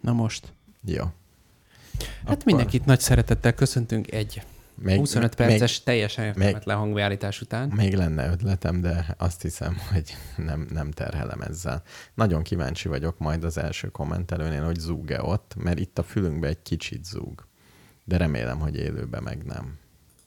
Na most. Jó. Hát Akkor mindenkit nagy szeretettel köszöntünk egy 25 perces teljesen értelmetlen hangbeállítás után. Még lenne ötletem, de azt hiszem, hogy nem terhelem ezzel. Nagyon kíváncsi vagyok majd az első kommentelőnél, hogy zúg-e ott, mert itt a fülünkbe egy kicsit zúg. De remélem, hogy élőben meg nem.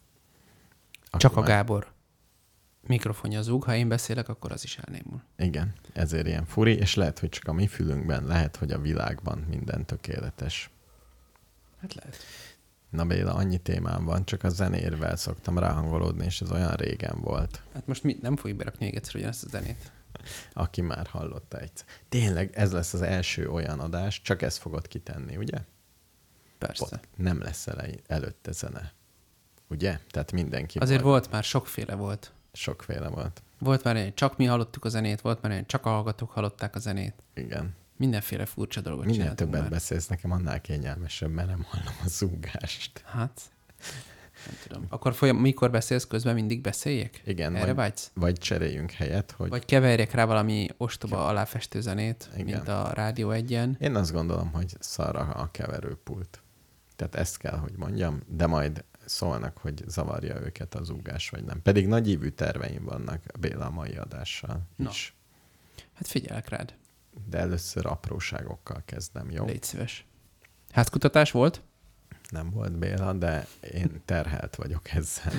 Csak a Gábor mikrofonja zúg, ha én beszélek, akkor az is elnémul. Igen, ezért ilyen furi, és lehet, hogy csak a mi fülünkben, lehet, hogy a világban minden tökéletes. Hát lehet. Na Béla, annyi témám van, csak a zenérvel szoktam ráhangolódni, és ez olyan régen volt. Hát most nem fogjuk berakni még egyszer ugyanezt a zenét. Aki már hallotta egyszer. Tényleg ez lesz az első olyan adás, csak ezt fogod kitenni, ugye? Persze. Nem lesz előtte zene. Ugye? Tehát mindenki azért volt már, sokféle volt. Sokféle volt. Volt már egy, csak mi hallottuk a zenét, volt már egy, csak a hallgatók hallották a zenét. Igen. Mindenféle furcsa dolgot Minél csináltunk többet már. beszélsz, nekem annál kényelmesebb, mert nem hallom a zúgást. Hát, nem tudom. Akkor mikor beszélsz közben, mindig beszéljek? Igen. Erre vágysz? Vagy cseréljünk helyet, hogy... Vagy keverjek rá valami ostoba aláfestő zenét, igen, mint a Rádió 1-en. Én azt gondolom, hogy szar a keverőpult. Tehát ezt kell, hogy mondjam, de majd szólnak, hogy zavarja őket a zúgás, vagy nem. Pedig nagy ívű terveim vannak Béla a mai adással is. Hát figyelek rád. De először apróságokkal kezdem, jó? Légy szíves. Házkutatás volt? Nem volt Béla, de én terhelt vagyok ezzel.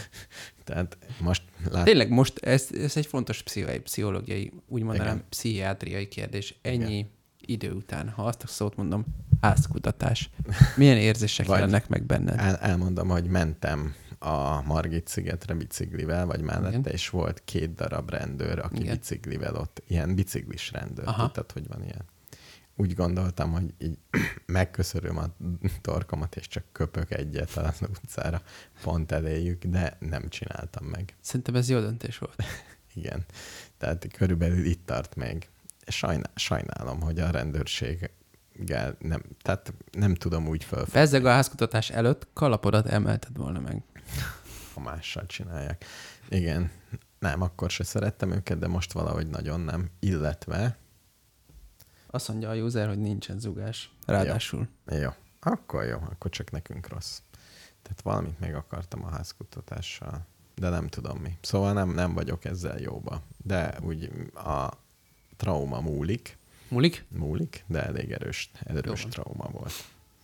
Tehát most Tényleg most ez egy fontos pszichológiai, úgy mondanám, pszichiátriai kérdés. Ennyi idő után, ha azt a szót mondom, házkutatás. Milyen érzések jelennek meg benned? Elmondom, hogy mentem a Margit-szigetre biciklivel, vagy mellette, igen, és volt 2 darab rendőr, aki igen, biciklivel ott, ilyen biciklis rendőr. Aha. Tudtad, hogy van ilyen? Úgy gondoltam, hogy így megköszöröm a torkomat, és csak köpök egyet az utcára pont eléjük, de nem csináltam meg. Szerintem ez jó döntés volt. Igen. Tehát körülbelül itt tart még. Sajnálom, hogy a rendőrséggel nem tudom úgy felfogni. Bezzeg a házkutatás előtt kalapodat emelted volna meg. Ha mással csinálják. Igen. Nem, akkor se szerettem őket, de most valahogy nagyon nem. Illetve... Azt mondja a user, hogy nincsen zugás. Ráadásul. Jó. Akkor csak nekünk rossz. Tehát valamit még akartam a házkutatással, de nem tudom mi. Szóval nem vagyok ezzel jóba. De úgy a trauma múlik. Múlik? Múlik, de elég erős trauma volt.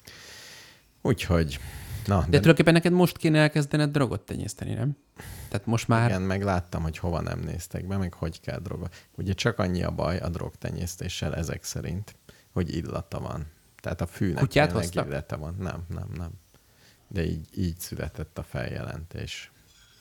Úgyhogy... De tulajdonképpen neked most kéne elkezdened drogot tenyészteni, nem? Tehát most már... Igen, meg láttam, hogy hova nem néztek be, meg hogy kell drogot. Ugye csak annyi a baj a drogtenyésztéssel ezek szerint, hogy illata van. Tehát a fűnek kutyát hoztak? Illata van. Nem. De így született a feljelentés.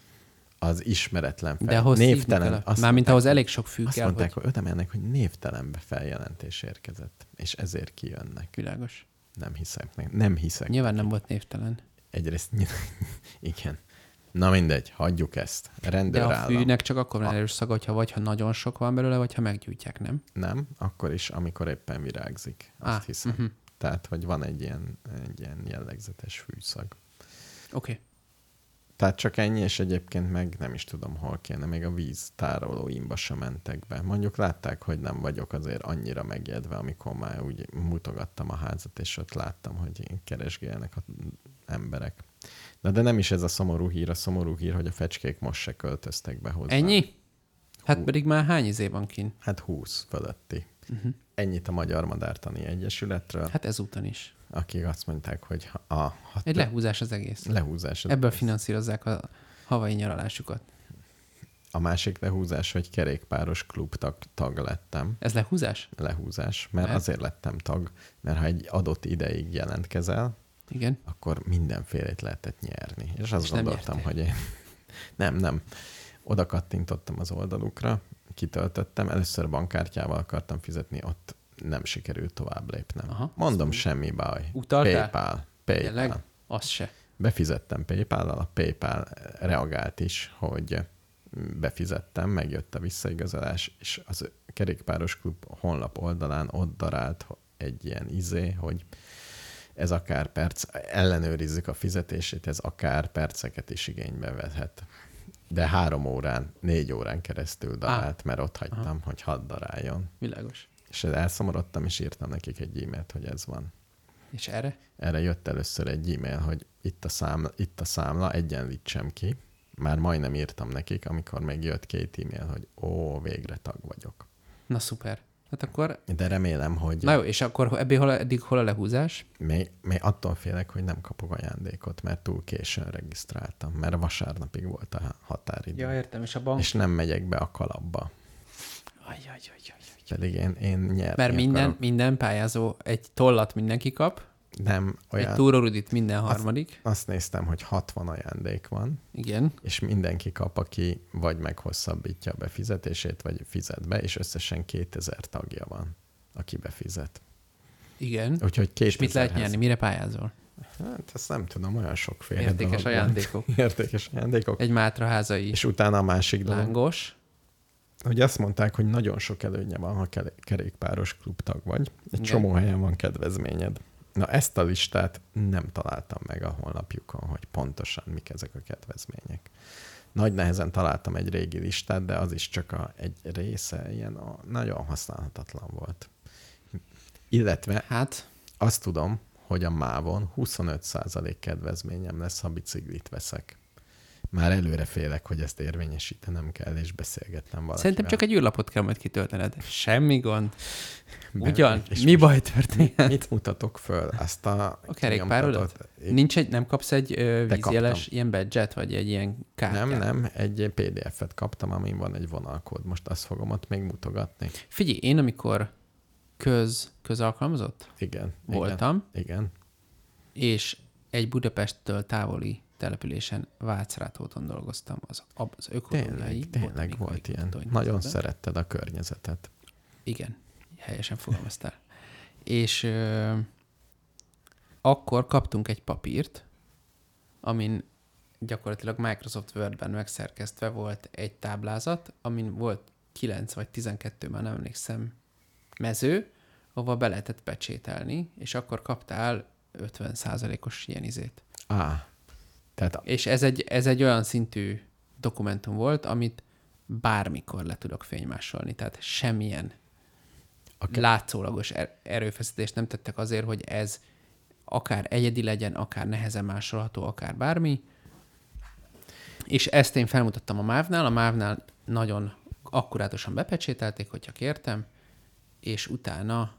Az ismeretlen De ahhoz névtelen. Mármint ahhoz elég sok fű kell. Azt mondták, hogy emelnek, hogy névtelen feljelentés érkezett. És ezért kijönnek. Világos. Nem hiszek. Nyilván nem volt névtelen. Egyrészt, igen. Na mindegy, hagyjuk ezt. Rendőrállam. De a fűnek csak akkor van erős szaga, ha nagyon sok van belőle, vagy ha meggyújtják, nem? Nem, akkor is, amikor éppen virágzik. Azt hiszem. Uh-huh. Tehát, hogy van egy ilyen jellegzetes fűszag. Oké. Tehát csak ennyi, és egyébként meg nem is tudom, hol kéne. Még a víz tárolóimba sem mentek be. Mondjuk látták, hogy nem vagyok azért annyira megjedve, amikor már úgy mutogattam a házat, és ott láttam, hogy keresgélnek az emberek. De nem is ez a szomorú hír. A szomorú hír, hogy a fecskék most se költöztek be hozzá. Ennyi? Hát pedig már hány izé van kint? Hát 20 fölötti. Uh-huh. Ennyit a Magyar Madártani Egyesületről. Hát ezúton is. Akik azt mondták, hogy egy lehúzás az egész. Ebből finanszírozzák a havai nyaralásukat. A másik lehúzás, hogy kerékpáros klub tag lettem. Ez lehúzás? Lehúzás, mert azért lettem tag, mert ha egy adott ideig jelentkezel, igen, akkor mindenfélét lehetett nyerni. És azt gondoltam, hogy én... Nem. Oda kattintottam az oldalukra, kitöltöttem, először bankkártyával akartam fizetni, ott nem sikerült tovább lépnem. Aha, mondom, semmi baj. Utaltál? PayPal. Az se. Befizettem PayPal-al, a PayPal reagált is, hogy befizettem, megjött a visszaigazolás, és az kerékpáros klub honlap oldalán ott darált egy ilyen hogy ez akár ellenőrizzük a fizetését, ez akár perceket is igénybe vehet. De 4 órán keresztül darált, mert ott hagytam, hogy hadd daráljon. Világos. És elszomorodtam, és írtam nekik egy e-mailt, hogy ez van. És erre? Erre jött először egy e-mail, hogy itt a számla, egyenlítsem ki. Már majdnem írtam nekik, amikor még jött 2 e-mail, hogy végre tag vagyok. Na szuper. Hát akkor... De remélem, hogy... Na jó, és akkor eddig hol a lehúzás? Még attól félek, hogy nem kapok ajándékot, mert túl későn regisztráltam, mert vasárnapig volt a határidő. Ja, értem, és a bank... És nem megyek be a kalapba. Ajjaj. Pedig én nyerni Mert minden pályázó egy tollat mindenki kap, nem olyan... egy túrórudit minden harmadik. Azt néztem, hogy 60 ajándék van. Igen. És mindenki kap, aki vagy meghosszabbítja a befizetését, vagy fizet be, és összesen 2000 tagja van, aki befizet. Igen. Úgyhogy 2000-hez... És mit lehet nyerni? Mire pályázol? Hát ezt nem tudom, olyan sokféle Értékes ajándékok. Értékes ajándékok. Egy mátraházai és utána a másik lángos. Hogy azt mondták, hogy nagyon sok előnye van, ha kerékpáros klubtag vagy. Egy csomó helyen van kedvezményed. Na ezt a listát nem találtam meg a honlapjukon, hogy pontosan mik ezek a kedvezmények. Nagy nehezen találtam egy régi listát, de az is csak egy része ilyen nagyon használhatatlan volt. Illetve azt tudom, hogy a MÁV-on 25% kedvezményem lesz, ha biciklit veszek. Már előre félek, hogy ezt érvényesítenem kell, és beszélgetnem valakivel. Szerintem csak egy űrlapot kell majd kitöltened. Semmi gond. Ugyan? Mi baj történt? Mit mutatok föl? Azt a kerékpárodat? Nem kapsz egy vízjeles ilyen badge-et, vagy egy ilyen kártyát? Nem. Egy PDF-et kaptam, amin van egy vonalkód. Most azt fogom ott még mutogatni. Figyelj, én amikor közalkalmazott voltam, igen. És egy Budapesttől távoli településen Vácrátóton dolgoztam, az ökológiai. Tényleg volt ilyen. Nagyon szeretted a környezetet. Igen, helyesen fogalmaztál. És akkor kaptunk egy papírt, amin gyakorlatilag Microsoft Word-ben megszerkesztve volt egy táblázat, amin volt 9 vagy 12, már nem emlékszem, mező, ahova be lehetett pecsételni, és akkor kaptál 50%-os ilyen izét. És ez egy olyan szintű dokumentum volt, amit bármikor le tudok fénymásolni. Tehát semmilyen látszólagos erőfeszítést nem tettek azért, hogy ez akár egyedi legyen, akár nehezen másolható, akár bármi. És ezt én felmutattam a MÁV-nál. A MÁV-nál nagyon akkurátusan bepecsételték, hogyha kértem, és utána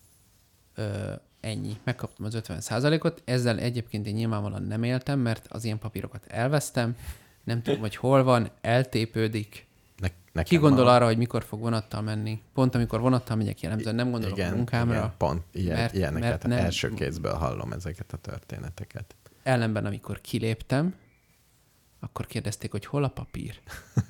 ennyi. Megkaptam az 50%-ot. Ezzel egyébként én nyilvánvalóan nem éltem, mert az ilyen papírokat elvesztem. Nem tudom, hogy hol van, eltépődik. Ki gondol arra, hogy mikor fog vonattal menni? Pont amikor vonattal megyek, jellemzően nem gondolok a munkámra. Igen, pont ilyeneket. Nem... Első kézből hallom ezeket a történeteket. Ellenben, amikor kiléptem, akkor kérdezték, hogy hol a papír.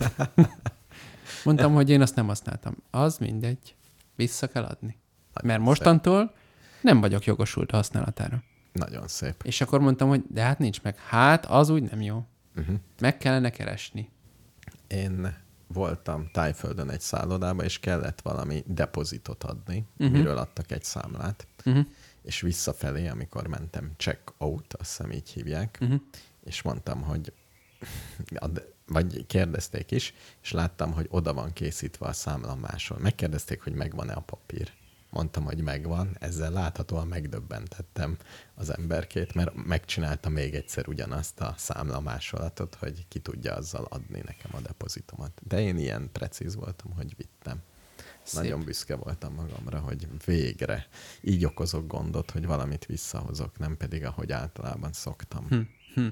Mondtam, hogy én azt nem használtam. Az mindegy. Vissza kell adni. Mert mostantól nem vagyok jogosult a használatára. Nagyon szép. És akkor mondtam, hogy de hát nincs meg. Hát, az úgy nem jó. Meg kellene keresni. Én voltam Tájföldön egy szállodában, és kellett valami depozitot adni, miről adtak egy számlát. És visszafelé, amikor mentem check out, azt hiszem így hívják, és mondtam, hogy vagy kérdezték is, és láttam, hogy oda van készítve a számla máshol. Megkérdezték, hogy megvan-e a papír. Mondtam, hogy megvan, ezzel láthatóan megdöbbentettem az emberkét, mert megcsinálta még egyszer ugyanazt a számlamásolatot, hogy ki tudja azzal adni nekem a depozitomat. De én ilyen precíz voltam, hogy vittem. Szép. Nagyon büszke voltam magamra, hogy végre így okozok gondot, hogy valamit visszahozok, nem pedig ahogy általában szoktam.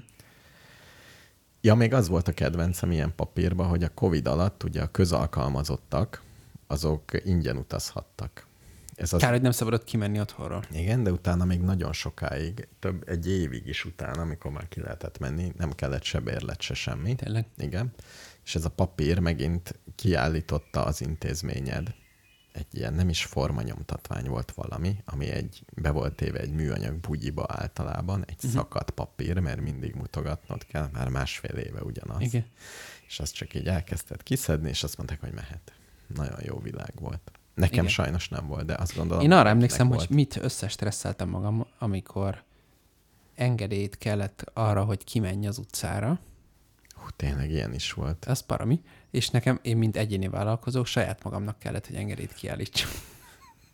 Ja, még az volt a kedvencem ilyen papírban, hogy a Covid alatt ugye a közalkalmazottak, azok ingyen utazhattak. Kár, hogy nem szabadott kimenni otthonról. Igen, de utána még nagyon sokáig, egy évig is utána, amikor már ki lehetett menni, nem kellett se bérlet, se semmi. Tényleg? Igen. És ez a papír megint kiállította az intézményed. Egy ilyen nem is formanyomtatvány volt valami, ami be volt téve egy műanyag bugyiba általában, egy szakadt papír, mert mindig mutogatnod kell, már 1,5 éve ugyanaz. Igen. És azt csak így elkezdted kiszedni, és azt mondták, hogy mehet. Nagyon jó világ volt. Nekem sajnos nem volt, de azt gondolom... Én arra emlékszem, hogy mit összestresszeltem magam, amikor engedélyt kellett arra, hogy kimenj az utcára. Tényleg ilyen is volt. Az parami. És én mint egyéni vállalkozó, saját magamnak kellett, hogy engedélyt kiállítsam.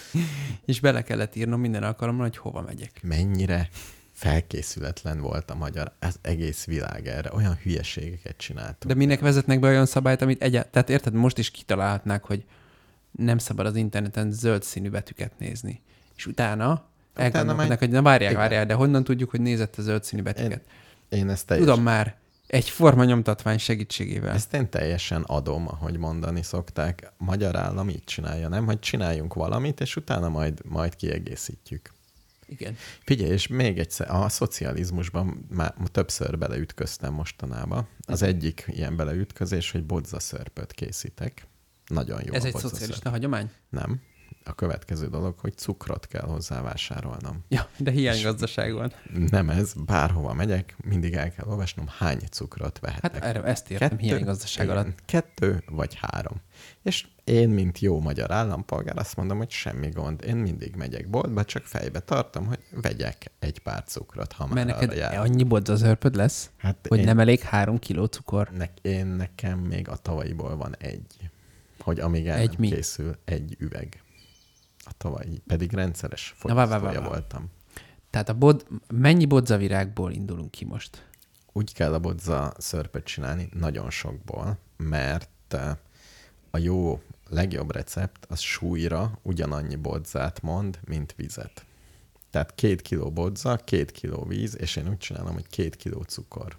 És bele kellett írnom minden alkalommal, hogy hova megyek. Mennyire felkészületlen volt a magyar, ez egész világ erre, olyan hülyeségeket csináltunk. De minek vezetnek be olyan szabályt, amit tehát érted, most is kitalálhatnák, hogy nem szabad az interneten zöld színű betűket nézni. És utána elgondolkodnak, hogy na várják, de honnan tudjuk, hogy nézett a zöld színű betűket? Én ezt teljesen... Tudom már, egy formanyomtatvány segítségével. Ezt én teljesen adom, ahogy mondani szokták. A magyar állam így csinálja, nem? Hogy csináljunk valamit, és utána majd kiegészítjük. Igen. Figyelj, és még egyszer, a szocializmusban már többször beleütköztem mostanában. Az egyik ilyen beleütközés, hogy bodzaszörpöt készítek. Nagyon jó. Ez egy szocialista hagyomány? Nem. A következő dolog, hogy cukrot kell hozzá vásárolnom. Ja, de hiánygazdaság van. Nem ez, bárhova megyek, mindig el kell olvasnom, hány cukrot vehetek. Hát ezt értem, hiánygazdaság alatt. 2 vagy 3. És én, mint jó magyar állampolgár, azt mondom, hogy semmi gond. Én mindig megyek boltba, csak fejbe tartom, hogy vegyek egy pár cukrot, ha már neked annyi bodzaszörpöd lesz, hát hogy nem elég 3 kiló cukor? Nekem még a tavalyiból van egy. Hogy amíg el nem készül, egy üveg. A tavalyi, pedig rendszeres fogyasztója voltam. Tehát mennyi bodzavirágból indulunk ki most? Úgy kell a bodza szörpöt csinálni, nagyon sokból, mert a legjobb recept az súlyra ugyanannyi bodzát mond, mint vizet. Tehát 2 kiló bodza, 2 kiló víz, és én úgy csinálom, hogy 2 kiló cukor.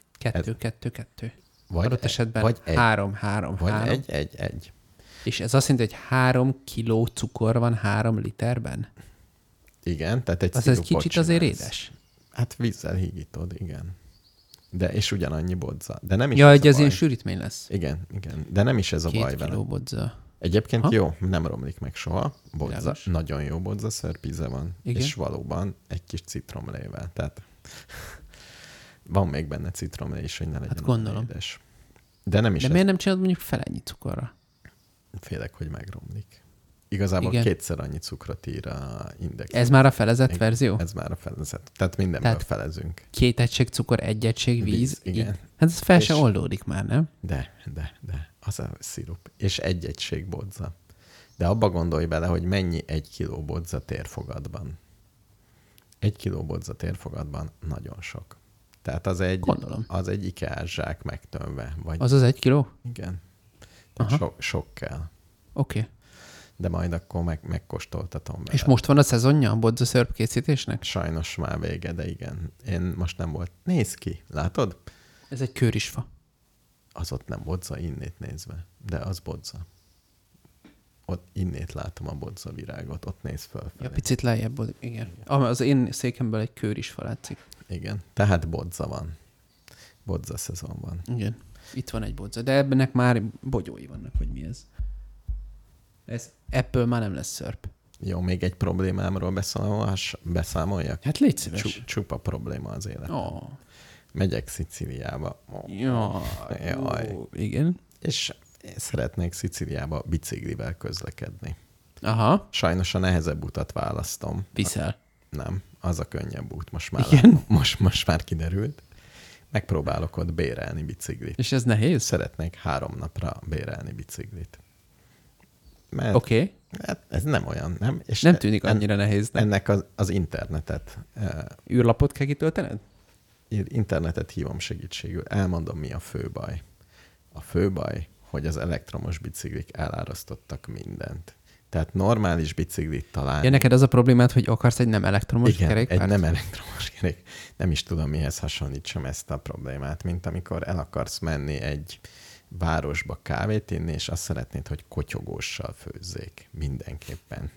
2. Vagy adott esetben vagy 3. Vagy 1. És ez azt jelenti, hogy 3 kiló cukor van 3 literben? Igen, tehát egy az egy kicsit azért édes. Hát vízzel hígítod, igen. De és ugyanannyi bodza. De nem is hogy ez ilyen sűrítmény lesz. Igen. De nem is ez a baj vele. 2 kiló bodza. Egyébként jó, nem romlik meg soha. Bodza, nagyon jó bodza, szörpíze van. Igen? És valóban egy kis citromlével. Tehát van még benne citromlé is, hogy ne legyen gondolom. édes. De nem is De miért nem csinálod mondjuk felennyi cukorra? Félek, hogy megromlik. Igazából 2-szer annyi cukrot ír a index. Ez már a felezett verzió? Ez már a felezett. Tehát mindenből felezünk. 2 egység cukor, 1 egység víz. Igen. Hát ez fel sem oldódik már, nem? De. Az a szirup. És 1 egység bodza. De abba gondolj bele, hogy mennyi 1 kiló bodza térfogatban. 1 kiló bodza térfogatban nagyon sok. Tehát az egy IKEA zsák megtömve. Vagy... Az 1 kiló? Igen. Tehát sok kell. Oké. De majd akkor megkóstoltatom vele. És most van a szezonja a bodzaszörp készítésnek? Sajnos már vége, de igen. Én most nem volt. Nézd ki, látod? Ez egy kőrisfa. Az ott nem bodza, innét nézve. De az bodza. Ott innét látom a bodza virágot, ott néz fölfelé. Ja, picit lejjebb, igen. Az én székemből egy kőrisfa látszik. Igen, tehát bodza van. Bodza szezon van. Igen, itt van egy bodza, de ebbenek már bogyói vannak, hogy mi ez. Ebből már nem lesz szörp. Jó, még egy problémámról beszámoljak? Hát légy szíves. Csupa probléma az élet. Oh. Megyek Szicíliába. Jaj. Igen. És szeretnék Szicíliába biciklivel közlekedni. Aha. Sajnos a nehezebb utat választom. Viszel. Nem, az a könnyebb út. Most már látom. Most már kiderült. Megpróbálok ott bérelni biciklit. És ez nehéz? Szeretnék 3 napra bérelni biciklit. Oké. Hát ez nem olyan, nem? És nem tűnik annyira nehéznek. Ennek az internetet. Űrlapot kell kitöltened? Internetet hívom segítségül. Elmondom, mi a fő baj. A fő baj, hogy az elektromos biciklik elárasztottak mindent. Tehát normális biciklit találni. Ja, neked az a problémát, hogy akarsz egy nem elektromos kerékpárt? Igen, egy nem elektromos kerék. Nem is tudom, mihez hasonlítsam ezt a problémát, mint amikor el akarsz menni egy városba kávét inni, és azt szeretnéd, hogy kotyogóssal főzzék. Mindenképpen.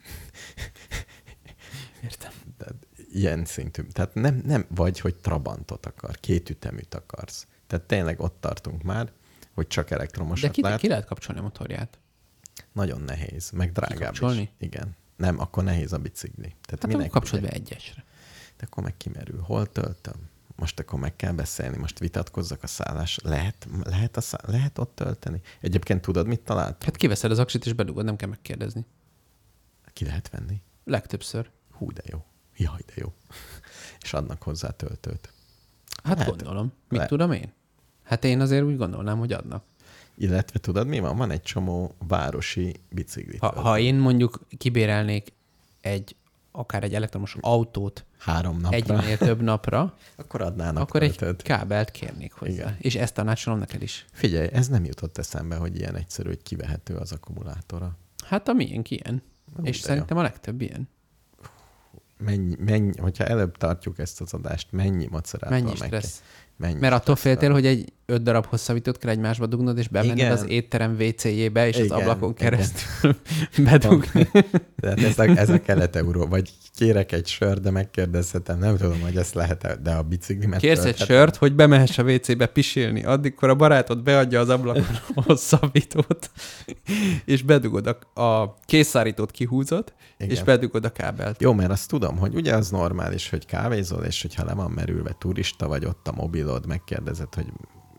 Értem. De ilyen szintű. Tehát nem vagy, hogy Trabantot akar, 2 üteműt akarsz. Tehát tényleg ott tartunk már, hogy csak elektromosat lát. De ki lehet kapcsolni a motorját? Nagyon nehéz, meg drágább is. Igen. Nem, akkor nehéz a bicikli. Tehát hát minek kapcsolod be 1-esre. De akkor meg kimerül. Hol töltöm? Most akkor meg kell beszélni, most vitatkozzak a szállás. Lehet ott tölteni? Egyébként tudod, mit találtam? Hát kiveszed az aksit és bedugod, nem kell megkérdezni. Ki lehet venni? Legtöbbször. Hú, de jó. Jaj, de jó. És adnak hozzá töltőt. Hát lehet. Gondolom. Mit tudom én? Hát én azért úgy gondolnám, hogy adnak. Illetve tudod, mi van? Van egy csomó városi biciklit. Ha én mondjuk kibérelnék akár egy elektromos autót 3 napra. egynél több napra, Akkor adnának akkor töltőt. egy kábelt kérnék hozzá. Igen. És ezt tanácsolom neked is. Figyelj, ez nem jutott eszembe, hogy ilyen egyszerű, hogy kivehető az akkumulátora. Hát a miénk ilyen. És de szerintem a legtöbb ilyen. Mennyi, hogyha előbb tartjuk ezt az adást, mennyi macerától Mennyi stressz. Mert attól féltél, hogy egy 5 darab hosszabbítót kell egymásba dugnod, és bemenned az étterem WC-jébe, és az ablakon keresztül bedugni. Tehát ez a Kelet-Euró, vagy kérek egy sört, de megkérdezhetem, nem tudom, hogy ezt lehet, de a biciklimet kérsz egy sört, hogy bemehess a WC-be pisilni, addigkor a barátod beadja az ablakon a hosszabbítót, és bedugod a készszárítót kihúzod, igen. És bedugod a kábelt. Jó, mert azt tudom, hogy ugye az normális, hogy kávézol, és hogyha le van merülve turista, vagy ott a mobilod, megkérdezed, hogy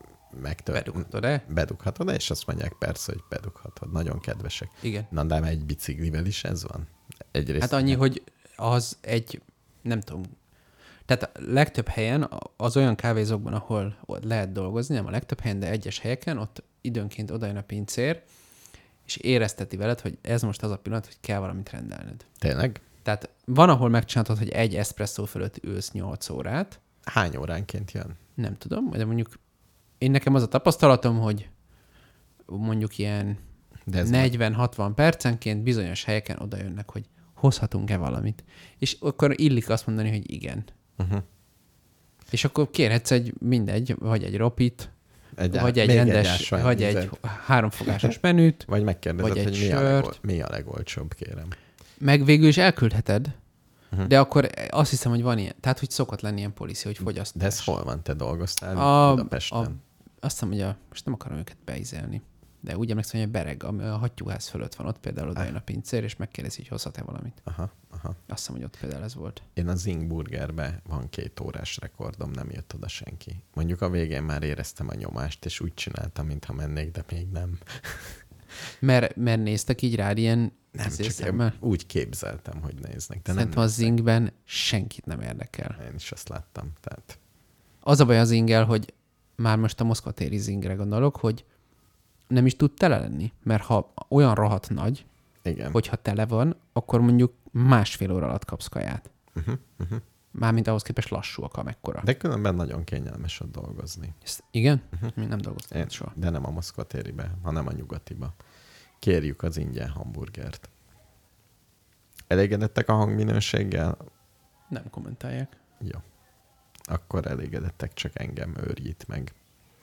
bedughatod-e, és azt mondják persze, hogy bedughatod. Nagyon kedvesek. Igen. Na, de egy biciklivel is ez van? Egyrészt hát annyi, hogy az egy, nem tudom, tehát a legtöbb helyen, az olyan kávézókban, ahol lehet dolgozni, nem a legtöbb helyen, de egyes helyeken, ott időnként odajön a pincér, és érezteti veled, hogy ez most az a pillanat, hogy kell valamit rendelned. Tényleg? Tehát van, ahol megcsináltad, hogy egy eszpresszó fölött ülsz 8 órát. Hány óránként jön? Nem tudom, de mondjuk nekem az a tapasztalatom, hogy mondjuk ilyen 40-60 percenként bizonyos helyeken oda jönnek, hogy hozhatunk-e valamit. És akkor illik azt mondani, hogy igen. Uh-huh. És akkor kérhetsz vagy egy ropit, vagy egy rendes, vagy egy 3 fogásos menüt, vagy megkérdezed, vagy hogy mi a legolcsóbb, kérem. Meg végül is elküldheted, de akkor azt hiszem, hogy van ilyen, tehát hogy szokott lenni ilyen policy, hogy fogyasztás. De ez hol van? Te dolgoztál Budapesten? Azt hiszem, hogy most nem akarom őket beízelni, de úgy emlékszem, hogy a Bereg, ami a hattyúház fölött van, ott például odajön a pincér, és megkérdezi, hogy hozhat-e valamit. Aha. Azt hiszem, hogy ott például ez volt. Én a Zing Burgerbe van 2 órás rekordom, nem jött oda senki. Mondjuk a végén már éreztem a nyomást, és úgy csináltam, mintha mennék, de még nem. Mert néztek így rád ilyen nem, csak úgy képzeltem, hogy néznek. De szerintem a Zingben senkit nem érdekel. Én is azt láttam. Tehát... Az a baj az Zinggel, hogy már most a Moszkva téri Zingre gondolok, hogy nem is tud tele lenni. Mert ha olyan rohadt nagy, igen. Hogyha tele van, akkor mondjuk 1,5 óra alatt kapsz kaját. Mármint ahhoz képest lassúak, amekkora. De különben nagyon kényelmes ott dolgozni. Igen? Még nem dolgoztam soha. De nem a Moszkva téribe, hanem a nyugatiba. Kérjük az ingyen hamburgert. Elégedettek a hangminőséggel? Nem kommentálják. Jó. Akkor elégedettek, csak engem őrjít meg.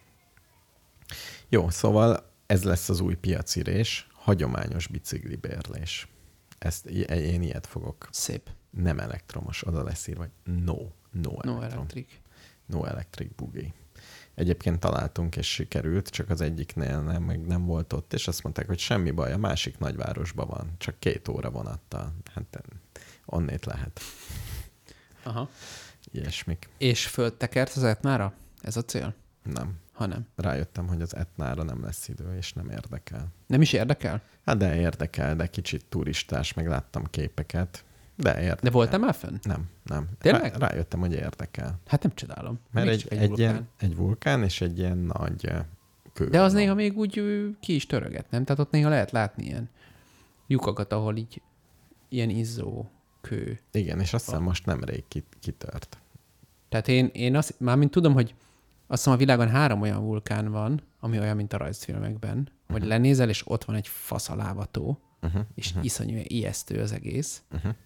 Jó, szóval ez lesz az új piacirés, hagyományos biciklibérlés. Én ilyet fogok. Szép. Nem elektromos, oda lesz írva, hogy no electric buggy. Egyébként találtunk, és sikerült, csak az egyiknél nem volt ott, és azt mondták, hogy semmi baj, a másik nagyvárosban van, csak 2 óra vonattal. Hát onnét lehet. Aha. Ilyesmik. És föltekert az Etnára? Ez a cél? Nem. Ha nem. Rájöttem, hogy az Etnára nem lesz idő, és nem érdekel. Nem is érdekel? Hát de érdekel, de kicsit turistás, meg láttam képeket. De érdekel. De voltál már fönn? Nem. Tényleg? Rájöttem, hogy érdekel. Hát nem csodálom. Mert egy vulkán és egy ilyen nagy kő. De az néha még úgy ki is töröget, nem? Tehát ott néha lehet látni ilyen lyukakat, ahol így ilyen izzó kő. Igen, és azt hiszem most nemrég kitört. Tehát én azt, mármint tudom, hogy azt hiszem a világon 3 olyan vulkán van, ami olyan, mint a rajzfilmekben, hogy lenézel, és ott van egy faszalávató, és iszonyú ijesztő az egész.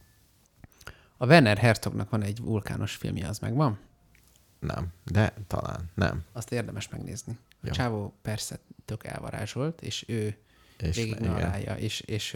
A Werner Herzognak van egy vulkános filmje, az megvan? Nem, de talán nem. Azt érdemes megnézni. Jó. A csávó persze tök elvarázsolt, és ő végignarálja, és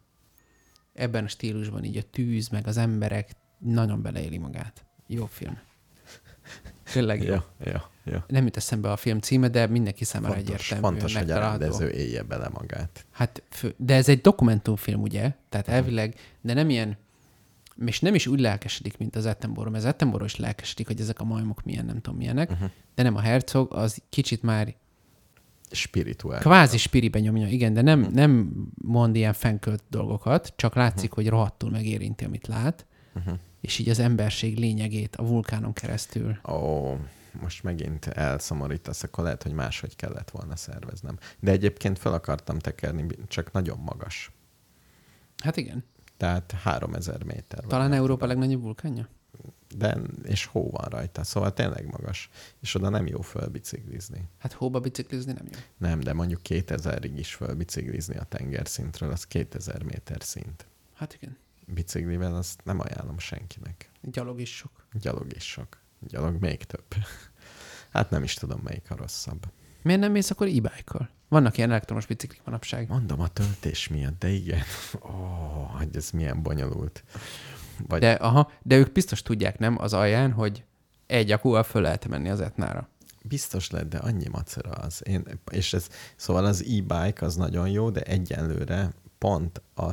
ebben a stílusban így a tűz, meg az emberek nagyon beleéli magát. Jó film. Tényleg jó. Ja. Nem jut eszembe a film címe, de mindenki számára egyértelmű. Fontos, hogy a rendező élje bele magát. Hát, de ez egy dokumentumfilm, ugye? Tehát elvileg, de nem ilyen, és nem is úgy lelkesedik, mint az Attenborough, mert az Attenborough is lelkesedik, hogy ezek a majmok milyen, nem tudom milyenek, de nem a Herzog, az kicsit már spirituális. Kvázi spiriben nyomja, igen, de nem mond ilyen fenkölt dolgokat, csak látszik, hogy rohadtul megérinti, amit lát, és így az emberség lényegét a vulkánon keresztül. Most megint elszomorítasz, akkor lehet, hogy máshogy kellett volna szerveznem. De egyébként fel akartam tekerni, csak nagyon magas. Hát igen. Tehát 3000 méter. Talán Európa legnagyobb vulkánja? De, és hó van rajta, szóval tényleg magas. És oda nem jó fölbiciklizni. Hát hóba biciklizni nem jó. Nem, de mondjuk 2000-ig is fölbiciklizni a tengerszintről, az 2000 méter szint. Hát igen. Biciklivel azt nem ajánlom senkinek. Gyalog is sok. Gyalog is sok. Gyalog még több. Hát nem is tudom, melyik a rosszabb. Miért nem mész akkor e-bike-kal? Vannak ilyen elektromos biciklik manapság. Mondom, a töltés miatt, de igen. Hogy ez milyen bonyolult. Vagy... De ők biztos tudják, nem, az alján, hogy egy akúval föl lehet menni az Etnára. Biztos lett, de annyi macera az. Szóval az e-bike az nagyon jó, de egyenlőre pont a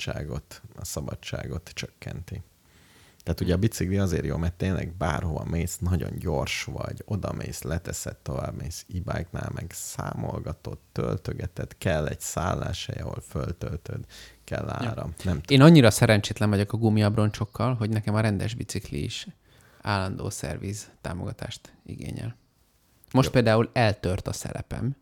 szabadságot csökkenti. Tehát ugye a bicikli azért jó, mert tényleg bárhova mész, nagyon gyors vagy, oda mész, leteszed, tovább mész. E-bike-nál meg számolgatod, töltögeted, kell egy szálláshely, ahol föltöltöd, kell áram. Ja. Én annyira szerencsétlen vagyok a gumiabroncsokkal, hogy nekem a rendes bicikli is állandó szerviz támogatást igényel. Most például eltört a szelepem,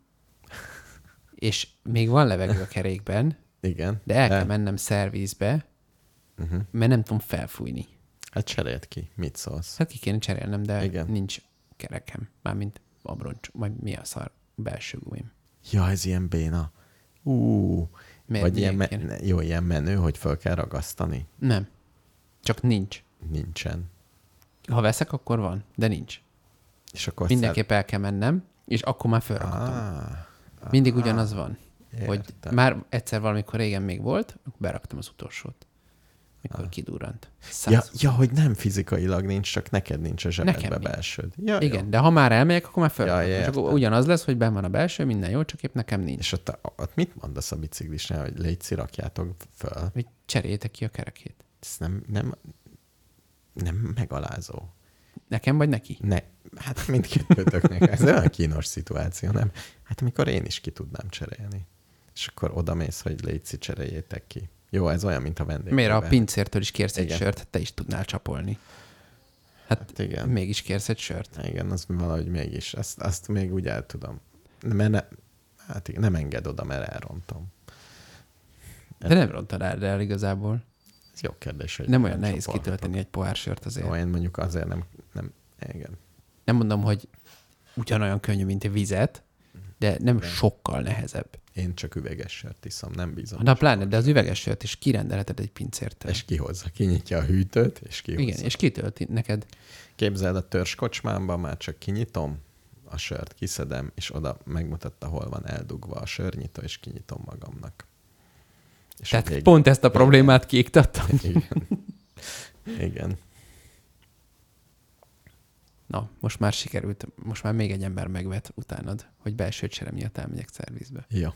és még van levegő a kerékben, igen, de el kell mennem szervizbe, mert nem tudom felfújni. Hát cseréld ki. Mit szólsz? Hát ki kéne cserélnem, de igen. Nincs kerekem. Mármint abroncs, vagy mi a szar belső gumim. Ja, ez ilyen béna. Vagy ilyen menő, hogy föl kell ragasztani? Nem. Csak nincs. Nincsen. Ha veszek, akkor van, de nincs. És akkor mindenképp el kell mennem, és akkor már felraktam. Mindig ugyanaz van. Értem. Hogy már egyszer valamikor régen még volt, akkor beraktam az utolsót. Mikor kidurrant. Ja, hogy nem fizikailag nincs, csak neked nincs a zsebedbe belsőd. Ja, igen, jó. de ha már elmegyek, akkor már felraktam. És akkor ugyanaz lesz, hogy benn van a belső, minden jó, csak épp nekem nincs. És ott mit mondasz a biciklisnél, hogy légy rakjátok föl? Hogy cseréljétek ki a kerekét. Ez nem megalázó. Nekem vagy neki? Hát mindkettőtöknek. Ez olyan kínos szituáció, nem? Hát amikor én is ki tudnám cserélni. És akkor odamész, hogy légy cseréljétek ki. Jó, ez olyan, mint a vendég. Miért a pincértől is kérsz egy sört, te is tudnál csapolni. Hát igen. Mégis kérsz egy sört. Igen, az valahogy mégis. Azt még úgy el tudom. Mert nem enged oda, mert elrontom. De nem rontad el igazából. Ez jó kérdés. Hogy nem olyan nehéz kitölteni egy pohár sört azért. Jó, én mondjuk azért nem igen. Nem mondom, hogy ugyanolyan könnyű, mint a vizet, de nem sokkal nehezebb. Én csak üveges sört iszom, nem bízom. Na pláne, de az üveges sört is kirendelheted egy pincértől. És kihozza, kinyitja a hűtőt, és kihozza. Igen, és kitölti neked. Képzeld, a törskocsmámban már csak kinyitom, a sört kiszedem, és oda megmutatta, hol van eldugva a sörnyitó, és kinyitom magamnak. És tehát pont ezt a problémát kiiktattam. Igen. Na, most már sikerült, most már még egy ember megvet utánad, hogy belső csere miatt elmegyek szervizbe. Ja.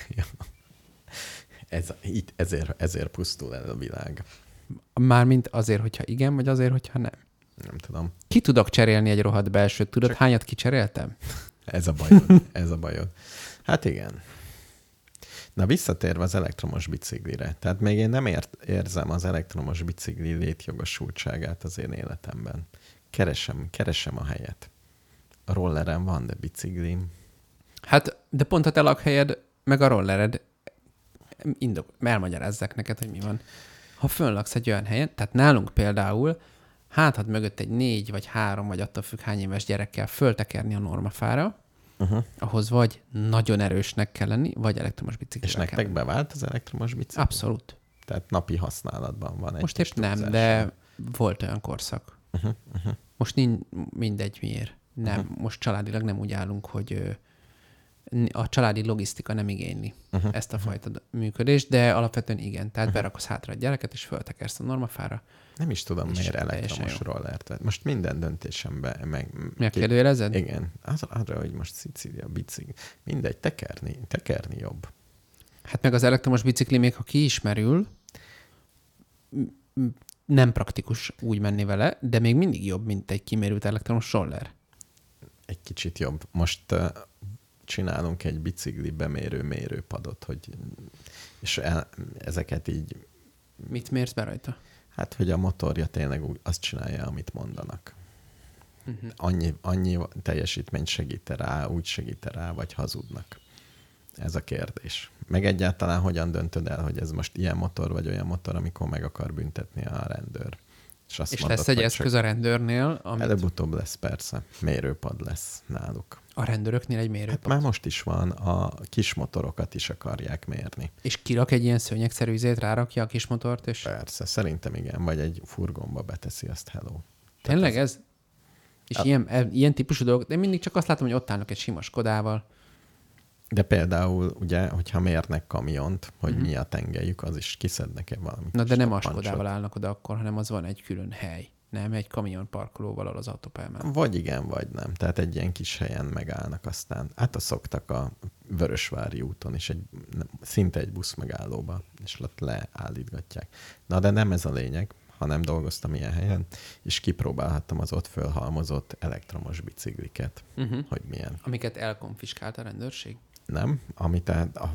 Ezért pusztul el a világ. Mármint azért, hogyha igen, vagy azért, hogyha nem? Nem tudom. Ki tudok cserélni egy rohadt belsőt? Tudod, hányat kicseréltem? Ez a bajod. Hát igen. Na, visszatérve az elektromos biciklire. Tehát még én nem érzem az elektromos bicikli létjogosultságát az én életemben. Keresem a helyet. A rollerem van, de biciklim. Hát, de pont a te lakhelyed, meg a rollered elmagyarázzák neked, hogy mi van. Ha fönnlaksz egy olyan helyen, tehát nálunk például hátad mögött egy 4 vagy 3, vagy attól függ hány éves gyerekkel föltekerni a normafára, ahhoz vagy nagyon erősnek kell lenni, vagy elektromos biciklivel kell. És nektek bevált az elektromos bicikli? Abszolút. Tehát napi használatban van egy. Most épp nem, de volt olyan korszak. Most mindegy miért. Nem, most családilag nem úgy állunk, hogy a családi logisztika nem igényli ezt a fajta működést, de alapvetően igen. Tehát beraksz hátra a gyereket, és föltekersz a normafára. Nem is tudom, miért elektromos rollert. Most minden döntésemben megkérdőjelezed? Igen. Arra, hogy most Szicília bicikli. Mindegy, tekerni jobb. Hát meg az elektromos bicikli, még ha kiismerül, nem praktikus úgy menni vele, de még mindig jobb, mint egy kimérült elektromos roller. Egy kicsit jobb. Most csinálunk egy bicikli bemérő mérőpadot, és ezeket így... Mit mérsz be rajta? Hát, hogy a motorja tényleg azt csinálja, amit mondanak. Annyi teljesítményt segít rá, úgy segít rá, vagy hazudnak. Ez a kérdés. Meg egyáltalán hogyan döntöd el, hogy ez most ilyen motor vagy olyan motor, amikor meg akar büntetni a rendőr. És mondod, lesz egy eszköz a rendőrnél, amit... Előbb-utóbb lesz persze. Mérőpad lesz náluk. A rendőröknél egy mérőpad? Hát már most is van, a kis motorokat is akarják mérni. És kirak egy ilyen szőnyegszerű izét, rárakja a kis motort, és... Persze, szerintem igen, vagy egy furgonba beteszi azt, hello. Tényleg ez? És ilyen típusú dolgok, de mindig csak azt látom, hogy ott állnak egy sima Skodával. De például, ugye, hogyha mérnek kamiont, hogy mi a tengelyük, az is kiszednek-e valamit. Na de nem a Skodával állnak oda akkor, hanem az van egy külön hely. Nem, egy kamion parkoló valahol az autópályán. Vagy igen, vagy nem. Tehát egy ilyen kis helyen megállnak aztán. Szoktak a Vörösvári úton is szinte egy busz megállóba, és ott leállítgatják. Na de nem ez a lényeg, hanem dolgoztam ilyen helyen, és kipróbálhattam az ott fölhalmozott elektromos bicikliket, hogy milyen. Amiket elkonfiskált a rendőrség? Nem, amit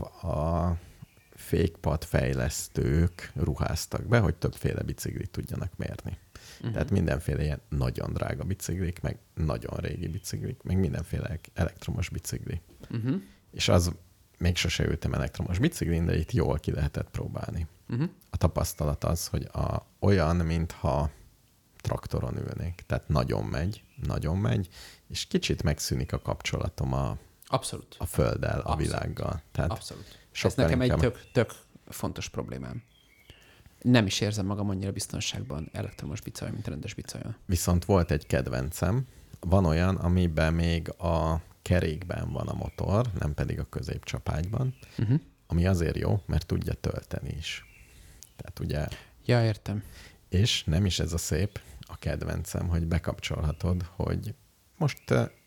a fékpad fejlesztők ruháztak be, hogy többféle biciklit tudjanak mérni. Tehát mindenféle ilyen nagyon drága biciklik, meg nagyon régi biciklik, meg mindenféle elektromos bicikli. És az, még sose ültem elektromos biciklin, de itt jól ki lehetett próbálni. A tapasztalat az, hogy olyan, mintha traktoron ülnék. Tehát nagyon megy, és kicsit megszűnik a kapcsolatom Abszolút. A földdel, a világgal. Tehát abszolút. Ez nekem egy tök fontos problémám. Nem is érzem magam annyira biztonságban elektromos bicajon, mint rendes bicajon. Viszont volt egy kedvencem. Van olyan, amiben még a kerékben van a motor, nem pedig a középcsapágyban, ami azért jó, mert tudja tölteni is. Tehát ugye... Ja, értem. És nem is ez a szép, a kedvencem, hogy bekapcsolhatod, hogy most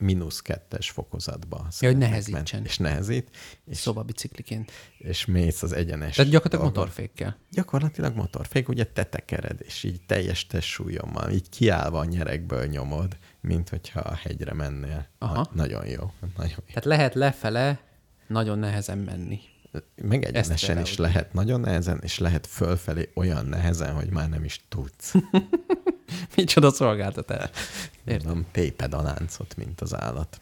-2 fokozatba. Ja, hogy nehezítsen. És nehezít. És szobabicikliként. És mész az egyenes. Tehát gyakorlatilag motorfékkel. Gyakorlatilag motorfék, ugye te tekered, és így teljes testsúlyommal, így kiállva a nyerekből nyomod, mint hogyha a hegyre mennél. Nagyon jó. Tehát lehet lefele nagyon nehezen menni. Meg egyenesen is lehet nagyon nehezen, és lehet fölfelé olyan nehezen, hogy már nem is tudsz. Micsoda szolgáltatás. Értem. Téped a láncot, mint az állat.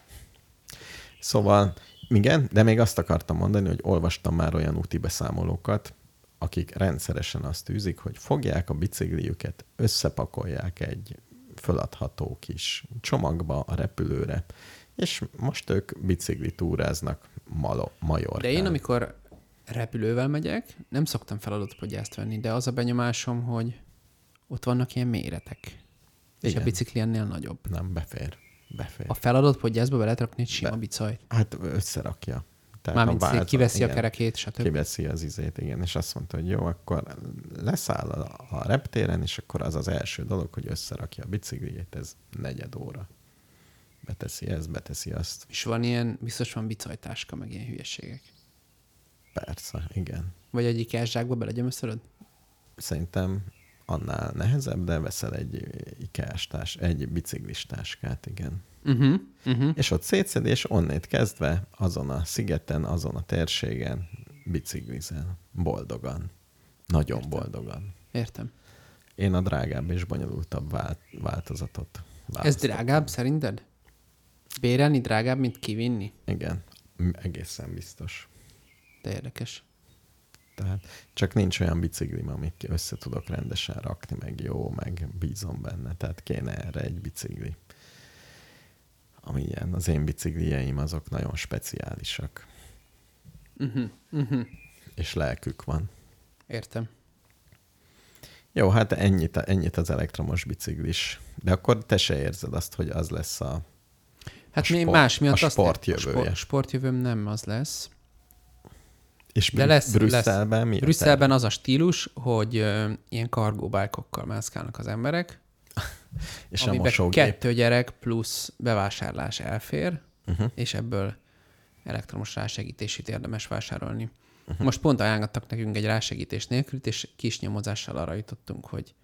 Szóval, igen, de még azt akartam mondani, hogy olvastam már olyan úti beszámolókat, akik rendszeresen azt űzik, hogy fogják a bicikliüket, összepakolják egy föladható kis csomagba a repülőre, és most ők bicikli túráznak Majorkán. De én, amikor repülővel megyek, nem szoktam feladott podgyászt venni, de az a benyomásom, hogy ott vannak ilyen méretek. És igen. A bicikli ennél nagyobb. Nem, befér. A feladott podgyászba be lehet rakni egy sima bicajt. Hát összerakja. Mármint kiveszi a kerekét, stb. Kiveszi az izét, igen, és azt mondta, hogy jó, akkor leszáll a reptéren, és akkor az az első dolog, hogy összerakja a bicikliét, ez 4 óra. Beteszi ezt, beteszi azt. És van ilyen, biztos van bicajtáska, meg ilyen hülyeségek. Persze, igen. Vagy egy IKEA-s belegyömöszöröd? Szerintem annál nehezebb, de veszel egy biciklis táskát, igen. És ott szétszed, és onnét kezdve azon a szigeten, azon a térségen biciklizel. Boldogan. Nagyon Értem. Boldogan. Értem. Én a drágább és bonyolultabb változatot választottam. Ez drágább szerinted? Bérelni drágább, mint kivinni? Igen, egészen biztos. De érdekes. Tehát csak nincs olyan biciklim, amit össze tudok rendesen rakni, meg jó, meg bízom benne. Tehát kéne erre egy bicikli. Ami ilyen, az én biciklieim azok nagyon speciálisak. És lelkük van. Értem. Jó, hát ennyit az elektromos biciklis. De akkor te se érzed azt, hogy az lesz más miatt a sportjövője. A sportjövőm nem az lesz. És Brüsszelben mi? Brüsszelben az a stílus, hogy ilyen kargóbájkokkal mászkálnak az emberek, és amiben a mosógép. 2 gyerek plusz bevásárlás elfér, és ebből elektromos rásegítését érdemes vásárolni. Most pont ajánlottak nekünk egy rásegítés nélkülit, és kis nyomozással arra jutottunk, hogy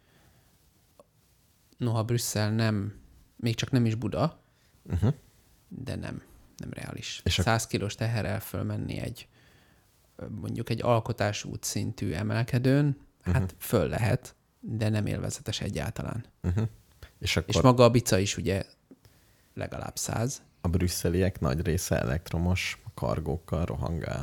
noha Brüsszel még csak nem is Buda, de nem reális. És 100 kilós teherrel fölmenni mondjuk egy alkotásút szintű emelkedőn, hát föl lehet, de nem élvezetes egyáltalán. És maga a bica is ugye legalább 100. A brüsszeliek nagy része elektromos kargókkal rohangál.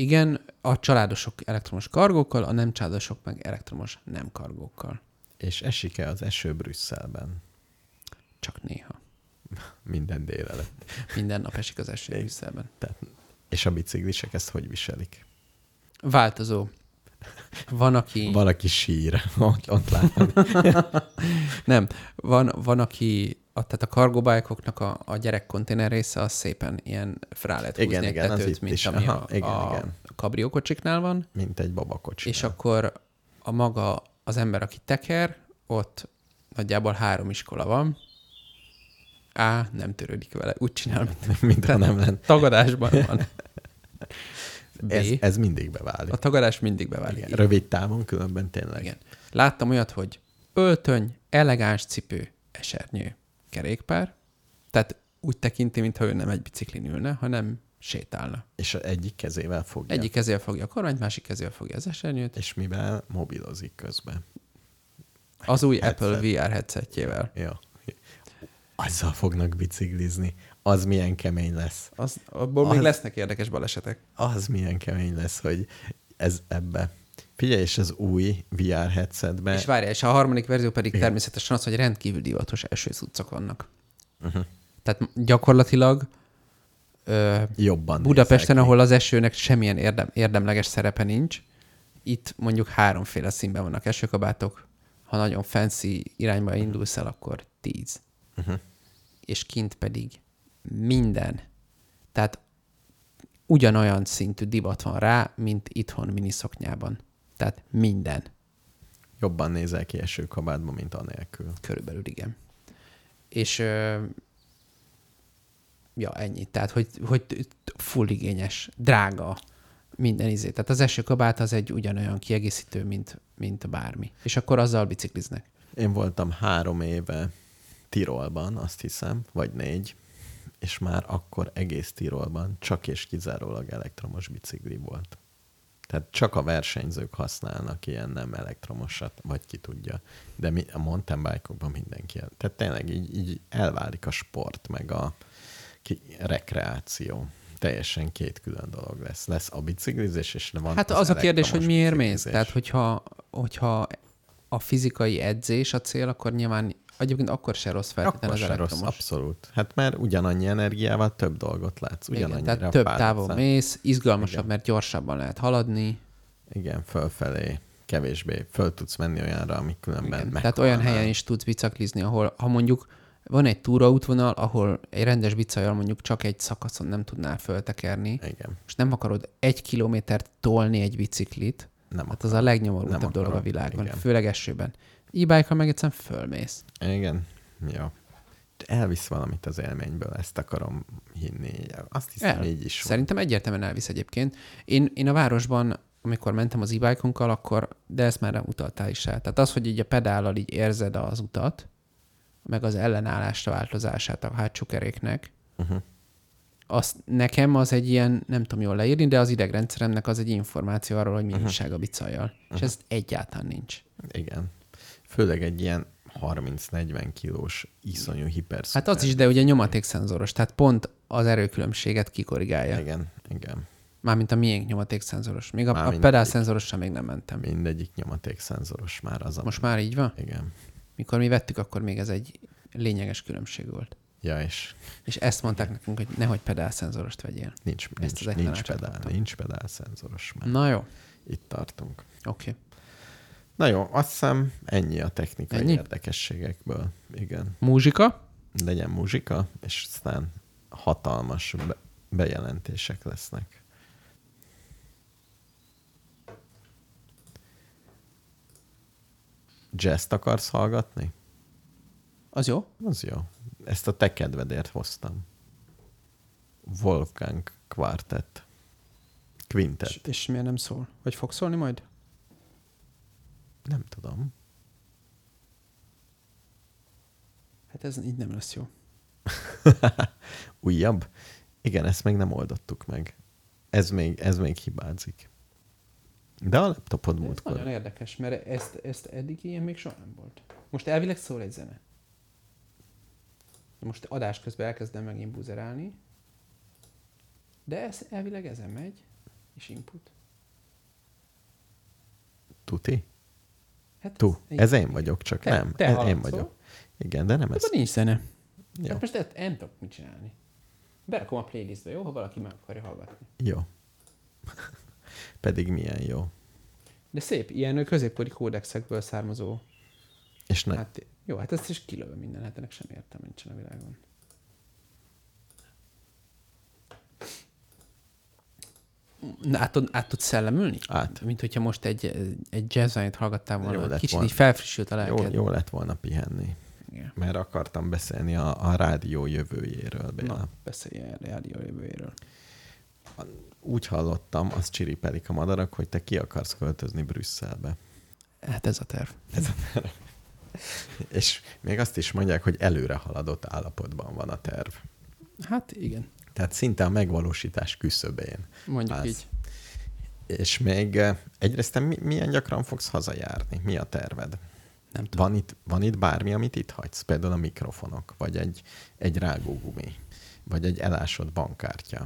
Igen, a családosok elektromos kargókkal, a nem családosok meg elektromos nem kargókkal. És esik-e az eső Brüsszelben? Csak néha. Minden délelőtt. Minden nap esik az eső Brüsszelben. És a biciklisek ezt hogy viselik? Változó. Van, aki... Valaki sír. Ott látom. Nem. Van aki... Tehát a cargo-bike-oknak a gyerekkonténer része az szépen ilyen rá lehet húzni egy tetőt, mint is. Ami a kabriókocsiknál van. Mint egy babakocsiknál. És akkor a maga az ember, aki teker, ott nagyjából 3 iskola van. A, nem törődik vele. Úgy csinál, mintha nem lenne. Tagadásban van. B, ez mindig beválik. A tagadás mindig beválik. Igen, rövid távon különben tényleg. Igen. Láttam olyat, hogy öltöny, elegáns cipő, esernyő, kerékpár. Tehát úgy tekinti, mintha ő nem egy biciklin ülne, hanem sétálna. És egyik kezével fogja. Egyik kezével fogja a kormányt, másik kezével fogja az esernyőt. És mivel mobilozik közben. Az új Apple VR headsetjével. Ja. Azzal fognak biciklizni. Az milyen kemény lesz. Abból még lesznek érdekes balesetek. Az milyen kemény lesz, hogy ez ebbe. Figyelj, és az új VR headsetben... És várjál, és a harmadik verzió pedig természetesen az, hogy rendkívül divatos esőcuccok vannak. Tehát gyakorlatilag jobban Budapesten, ahol az esőnek semmilyen érdemleges szerepe nincs, itt mondjuk 3 színben vannak esőkabátok. Ha nagyon fancy irányba indulsz el, akkor 10. És kint pedig minden. Tehát ugyanolyan szintű divat van rá, mint itthon miniszoknyában. Tehát minden. Jobban nézel ki esőkabátban, mint anélkül. Körülbelül igen. És ennyi. Tehát, hogy full igényes, drága, minden izé. Tehát az esőkabát az egy ugyanolyan kiegészítő, mint bármi. És akkor azzal bicikliznek. Én voltam 3 éve Tirolban, azt hiszem, vagy 4, és már akkor egész Tirolban csak és kizárólag elektromos bicikli volt. Tehát csak a versenyzők használnak ilyen nem elektromosat, vagy ki tudja. De a mountain bike-okban mindenki. Tehát tényleg így elválik a sport, meg a rekreáció. Teljesen 2 külön dolog lesz. Lesz a biciklizés, és van hát az a kérdés, hogy miért mész. Tehát, hogyha a fizikai edzés a cél, akkor nyilván egyébként akkor se rossz feltétlenül az elektromos. Rossz, abszolút. Hát mert ugyanannyi energiával több dolgot látsz. Igen, tehát több távon mész, izgalmasabb, igen. Mert gyorsabban lehet haladni. Igen, fölfelé, kevésbé. Föl tudsz menni olyanra, amik különben meghalnál. Tehát olyan helyen is tudsz biciklizni, ahol, ha mondjuk van egy túraútvonal, ahol egy rendes bicajjal mondjuk csak egy szakaszon nem tudnál föltekerni. Igen. És nem akarod 1 kilométert tolni egy biciklit. Hát az a legnyomorultabb dolog a világon, igen. Főleg esőben. E-bike-kal meg egyszerűen fölmész. Igen, jó. Elvisz valamit az élményből, ezt akarom hinni. Azt hiszem, így is van. Szerintem egyértelműen elvisz egyébként. Én a városban, amikor mentem az e-bike-onkkal, akkor, de ezt már utaltál is el. Tehát az, hogy így a pedállal így érzed az utat, meg az ellenállásra változását a hátsó keréknek, azt nekem az egy ilyen, nem tudom jól leírni, de az idegrendszeremnek az egy információ arról, hogy mi újság a bicajjal. És ez egyáltalán nincs. Igen. Főleg egy ilyen 30-40 kilós iszonyú hiperszuper. Hát az is, de ugye nyomatékszenzoros, tehát pont az erőkülönbséget kikorrigálja. Igen. Mármint a miénk nyomatékszenzoros. Még a pedálszenzorosra még nem mentem. Mindegyik nyomatékszenzoros már az. Most már így van? Igen. Mikor mi vettük, akkor még ez egy lényeges különbség volt. Ja, és ezt mondták nekünk, hogy nehogy pedálszenzorost vegyél. Nincs pedálszenzoros már. Na jó. Itt tartunk. Oké. Na jó, azt hiszem ennyi a technikai érdekességekből. Igen. Muzsika? Legyen muzsika, és aztán hatalmas bejelentések lesznek. Jazzt akarsz hallgatni? Az jó? Az jó. Ezt a te kedvedért hoztam. Wolfgang Quartet. Quintet. És miért nem szól? Vagy fog szólni majd? Nem tudom. Hát ez így nem lesz jó. Újabb? Igen, ezt még nem oldottuk meg. Ez még hibázik. De a laptopod múltkor. Nagyon érdekes, mert ezt eddig ilyen még soha nem volt. Most elvileg szól egy zene. Most adás közben elkezdem megint buzerálni. De ez elvileg ezen megy. és input. Tuti? Hát ez én vagyok, csak nem. Ez én vagyok. Igen, de nem ez. Nincs zene. Jó. Hát most nem tudok mit csinálni. Berakom a playlistbe, jó? Ha valaki meg akarja hallgatni. Jó. Pedig milyen jó. De szép, ilyen középkori kódexekből származó. És hát, jó, hát ezt is kilövöm minden, hát ennek sem értem, nincsen a világon. Át tudsz szellemülni? Át. Mint hogyha most egy jazzzenét hallgattál volna. Kicsit volna. így felfrissült a lelked. Jó lett volna pihenni. Igen. Mert akartam beszélni a rádió jövőjéről, Béla. Na, beszélj a rádió jövőjéről. Úgy hallottam, azt csiripelik a madarak, hogy te ki akarsz költözni Brüsszelbe. Hát ez a terv. És még azt is mondják, hogy előre haladott állapotban van a terv. Hát igen. Tehát szinte a megvalósítás küszöbén. Mondjuk így. És még egyrészt milyen gyakran fogsz hazajárni? Mi a terved? Nem tudom. Van itt bármi, amit itt hagysz? Például a mikrofonok, vagy egy rágógumi, vagy egy elásott bankkártya.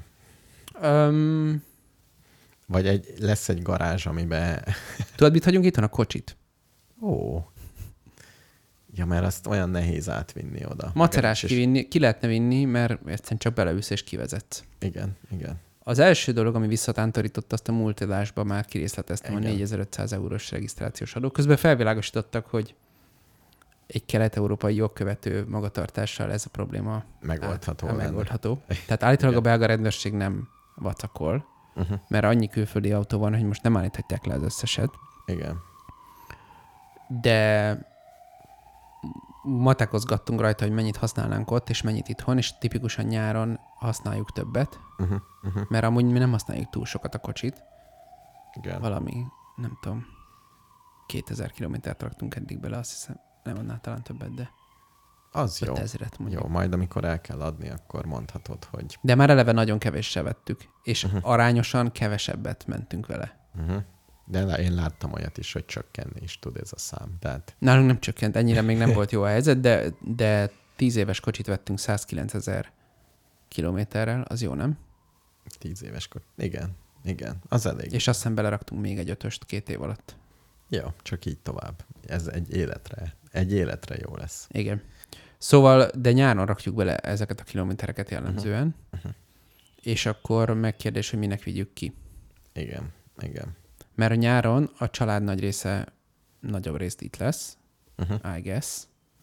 Vagy lesz egy garázs, amiben... Tudod, mit hagyunk itthon? A kocsit. Ó. Ja, mert azt olyan nehéz átvinni oda. Macerás ki lehetne vinni, mert egyszerűen csak beleülsz és kivezetsz. Igen. Az első dolog, ami visszatántorított, azt a múlt adásban már kirészleteztem, a 4500 eurós regisztrációs adó. Közben felvilágosítottak, hogy egy kelet-európai jogkövető magatartással ez a probléma megoldható. Tehát állítólag a belga rendőrség nem vacakol, mert annyi külföldi autó van, hogy most nem állíthatják le az összeset. Igen. De matekozgattunk rajta, hogy mennyit használnánk ott, és mennyit itthon, és tipikusan nyáron használjuk többet, mert amúgy mi nem használjuk túl sokat a kocsit. Igen. Valami, nem tudom, 2000 kilométert raktunk eddig bele, azt hiszem, nem annál talán többet, de az 5000 mondjuk. Jó, majd amikor el kell adni, akkor mondhatod, hogy... De már eleve nagyon kevéssel vettük, és arányosan kevesebbet mentünk vele. De én láttam olyat is, hogy csökkenni is tud ez a szám. Tehát... Nálunk nem csökkent, ennyire még nem volt jó a helyzet, de 10 éves kocsit vettünk 109 000 kilométerrel, az jó, nem? 10 éves kocsit, igen, az elég. És azt hiszem beleraktunk még egy 5-öst 2 év alatt. Jó, csak így tovább. Ez egy életre jó lesz. Igen. Szóval, de nyáron rakjuk bele ezeket a kilométereket jellemzően, és akkor megkérdés, hogy minek vigyük ki. Igen. Mert a nyáron a család nagy része, nagyobb részt itt lesz, I guess.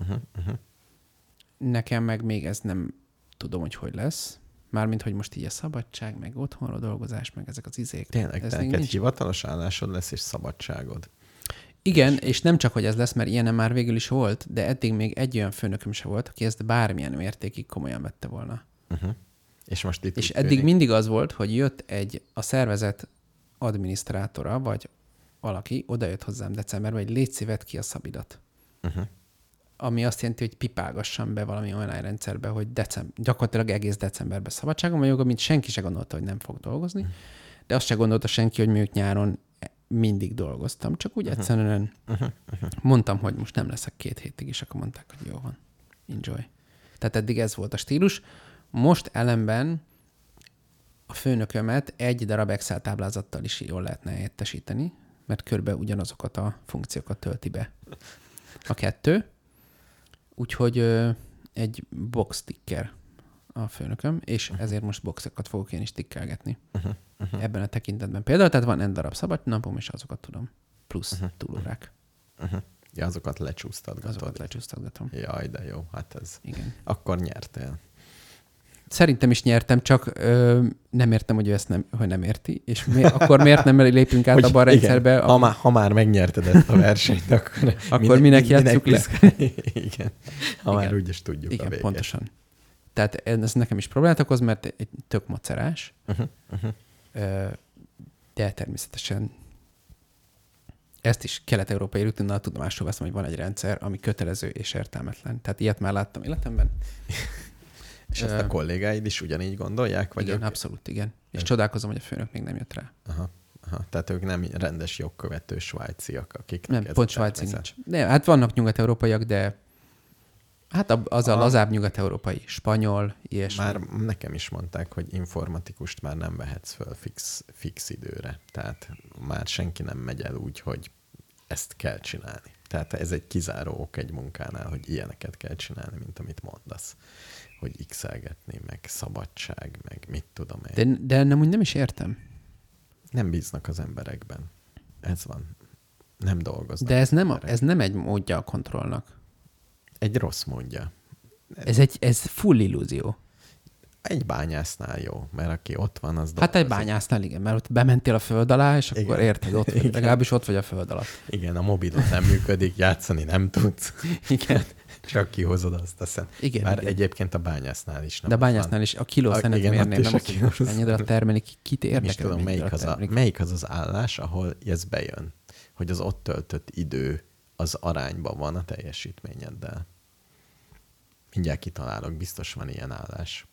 Nekem meg még ez nem tudom, hogy lesz. Mármint, hogy most így a szabadság, meg otthonról dolgozás, meg ezek az izék. Tényleg, te neked hivatalos állásod lesz, és szabadságod. Igen, és nem csak, hogy ez lesz, mert ilyenem már végül is volt, de eddig még egy olyan főnököm se volt, aki ezt bármilyen mértékig komolyan vette volna. És most itt és eddig mindig az volt, hogy jött a szervezet adminisztrátora, vagy valaki, odajött hozzám decemberben, hogy légy szívet ki a szabidat. Ami azt jelenti, hogy pipálgassam be valami online rendszerbe, hogy gyakorlatilag egész decemberben szabadságom vagyok, amit senki se gondolta, hogy nem fog dolgozni, de azt se gondolta senki, hogy mondjuk nyáron mindig dolgoztam, csak úgy egyszerűen mondtam, hogy most nem leszek 2 hétig, és akkor mondták, hogy jó van, enjoy. Tehát eddig ez volt a stílus. Most ellenben a főnökömet egy darab Excel táblázattal is jól lehetne helyettesíteni, mert körbe ugyanazokat a funkciókat tölti be a 2. Úgyhogy egy box ticker a főnököm, és ezért most boxokat fogok én is tikkelgetni. Ebben a tekintetben például, tehát van egy darab szabad napom, és azokat tudom. Plusz túlórák. Ja, azokat lecsúsztatgatom. Jaj, de jó, hát ez... Igen. Akkor nyertél. Szerintem is nyertem, csak nem értem, hogy ő ezt nem érti, és akkor miért nem lépünk át abban a rendszerbe? Ha már megnyerted ezt a versenyt, akkor minek játsszuk le? Igen. Már úgyis tudjuk a végét. Pontosan. Tehát ez nekem is problémát okoz, mert egy tök macerás, de természetesen ezt is kelet-európai rutinnal tudomásul veszem, hogy van egy rendszer, ami kötelező és értelmetlen. Tehát ilyet már láttam életemben. És ezt a kollégáid is ugyanígy gondolják? Vagy igen, abszolút, igen. És csodálkozom, hogy a főnök még nem jött rá. Aha. Tehát ők nem rendes jogkövető svájciak, akik... Nem, pont svájci nincs. De, hát vannak nyugat-európaiak, de Hát az a lazább nyugat-európai, spanyol, ilyesmi. Már nekem is mondták, hogy informatikust már nem vehetsz föl fix időre. Tehát már senki nem megy el úgy, hogy ezt kell csinálni. Tehát ez egy kizáró ok egy munkánál, hogy ilyeneket kell csinálni, mint amit mondasz. Hogy x-elgetni, meg szabadság, meg mit tudom én. De nem, úgy nem is értem. Nem bíznak az emberekben. Ez van. Nem dolgoznak. De ez nem egy módja a kontrollnak. Egy rossz módja. Ez full illúzió. Egy bányásznál jó, mert aki ott van, az dolgozik. Hát egy bányásznál igen, mert ott bementél a föld alá, és akkor érted, ott vagy, legalábbis ott vagy a föld alatt. Igen, a mobilod nem működik, játszani nem tudsz. Igen. Csak kihozod azt a szent. Igen, Bár igen. egyébként a bányásznál is nem. De a bányásznál is a kilószenet mérném, nem hogy mennyire termelik, kit érdekel, tudom, melyik az az állás, ahol ez bejön, hogy az ott töltött idő az arányban van a teljesítményeddel. Mindjárt kitalálok, biztos van ilyen állás.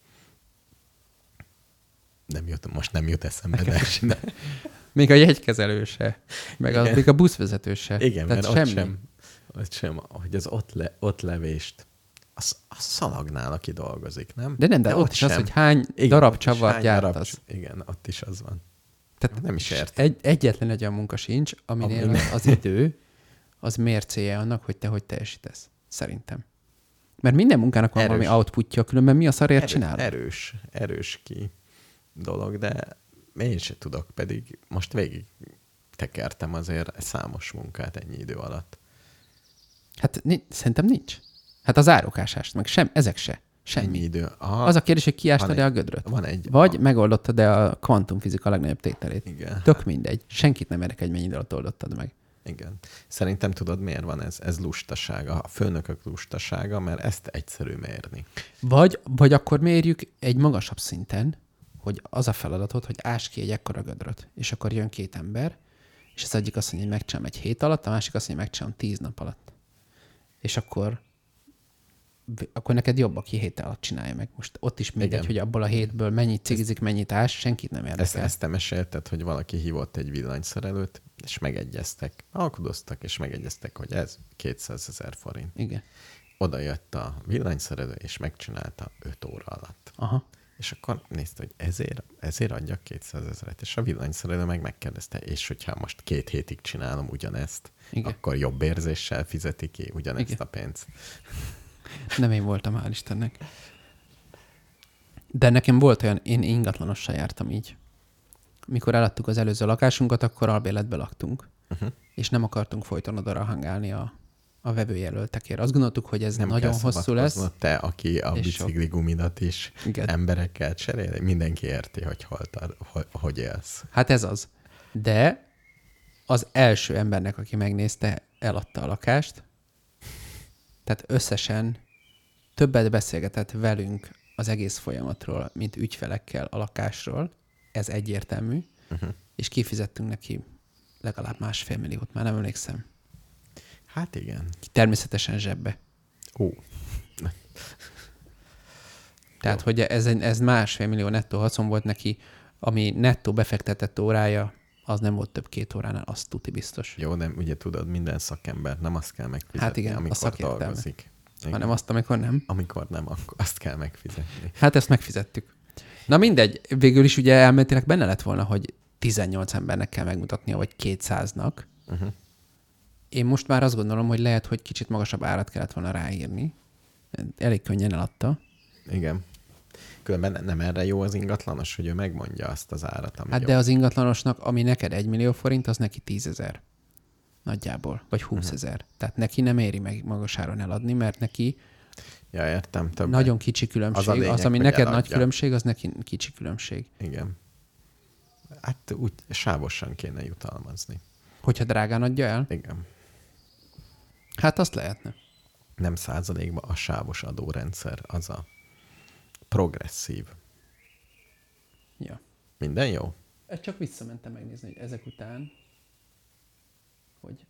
Most nem jut eszembe, de... Még a jegykezelő se, meg még a buszvezető se. Igen, tehát mert semmi. ott sem, hogy az ott levést, az szalagnál, aki dolgozik, nem? De ott is az, hogy hány darab csavart gyártasz. Igen, ott is az van. Tehát nem is értem. Egyetlen egy olyan munka sincs, aminél az idő az mércéje annak, hogy te hogy teljesítesz. Szerintem. Mert minden munkának van valami outputja, különben mi a szarért csinálod? Erős ki dolog, de én sem tudok, pedig most végig tekertem azért számos munkát ennyi idő alatt. Hát szerintem nincs. Hát az árokásás, meg ezek se. Semmi. Ennyi idő. Az a kérdés, hogy kiástad-e a gödröt? Vagy megoldottad-e a kvantumfizika legnagyobb tételét. Igen. Tök mindegy. Senkit nem érdekel, hogy mennyi idő alatt oldottad meg. Igen. Szerintem tudod, miért van ez? Ez lustasága. A főnökök lustasága, mert ezt egyszerű mérni. Vagy akkor mérjük egy magasabb szinten, hogy az a feladatod, hogy ás ki egy ekkora gödröt. És akkor jön két ember, és az egyik azt mondja, hogy megcsinálom egy hét alatt, a másik azt mondja, hogy megcsinálom 10 nap alatt. És akkor neked jobb, aki 7 alatt csinálja meg. Most ott is mindegy, igen, hogy abból a 7-ből mennyit cigizik, mennyit ás, senkit nem érdekel. Ezt te mesélted, hogy valaki hívott egy villanyszerelőt, és megegyeztek, alkudoztak, és megegyeztek, hogy ez 200 000 forint. Igen. Oda jött a villanyszerelő, és megcsinálta 5 óra alatt. Aha. És akkor nézte, hogy ezért adjak 200 000, és a villanyszerelő megkérdezte, és hogyha most 2 hétig csinálom ugyanezt, igen, akkor jobb érzéssel fizeti ki ugyanezt, igen, a pénzt. Nem én voltam, hál' Istennek. De nekem volt olyan, én ingatlanossal jártam így. Mikor eladtuk az előző lakásunkat, akkor albérletbe laktunk. És nem akartunk folyton oda rahangálni a vevőjelöltekért. Azt gondoltuk, hogy ez nem nagyon hosszú lesz. Te, aki a bicikli gumidat is, igen, emberekkel cserél, mindenki érti, hogy hogy élsz. Hát ez az. De az első embernek, aki megnézte, eladta a lakást. Tehát összesen többet beszélgetett velünk az egész folyamatról, mint ügyfelekkel a lakásról. Ez egyértelmű. És kifizettünk neki legalább 1,5 milliót, már nem emlékszem. Hát igen. Természetesen zsebbe. Tehát, hogy ez 1,5 millió nettó haszon volt neki, ami nettó befektetett órája, az nem volt több 2 óránál, az tuti biztos. Jó, de ugye tudod, minden szakember nem azt kell megfizetni, hát igen, amikor dolgozik. Igen. Hanem azt, amikor nem. Amikor nem, akkor azt kell megfizetni. Hát ezt megfizettük. Na mindegy, végül is ugye elméletileg benne lett volna, hogy 18 embernek kell megmutatnia, vagy 200-nak. Én most már azt gondolom, hogy lehet, hogy kicsit magasabb árat kellett volna ráírni. Elég könnyen eladta. Igen. Különben nem erre jó az ingatlanos, hogy ő megmondja azt az árat, ami hát jó. De az ingatlanosnak, ami neked 1 millió forint, az neki 10 000. Nagyjából. Vagy 20 000. Tehát neki nem éri meg magas áron eladni, mert neki ja, értem, többen. Nagyon kicsi különbség. Az, lényeg, ami neked eladja. Nagy különbség, az neki kicsi különbség. Igen. Hát úgy sávosan kéne jutalmazni. Hogyha drágán adja el? Igen. Hát azt lehetne. Nem százalékban a sávos adórendszer, az a progresszív. Ja. Minden jó? Csak visszamentem megnézni, hogy ezek után, hogy...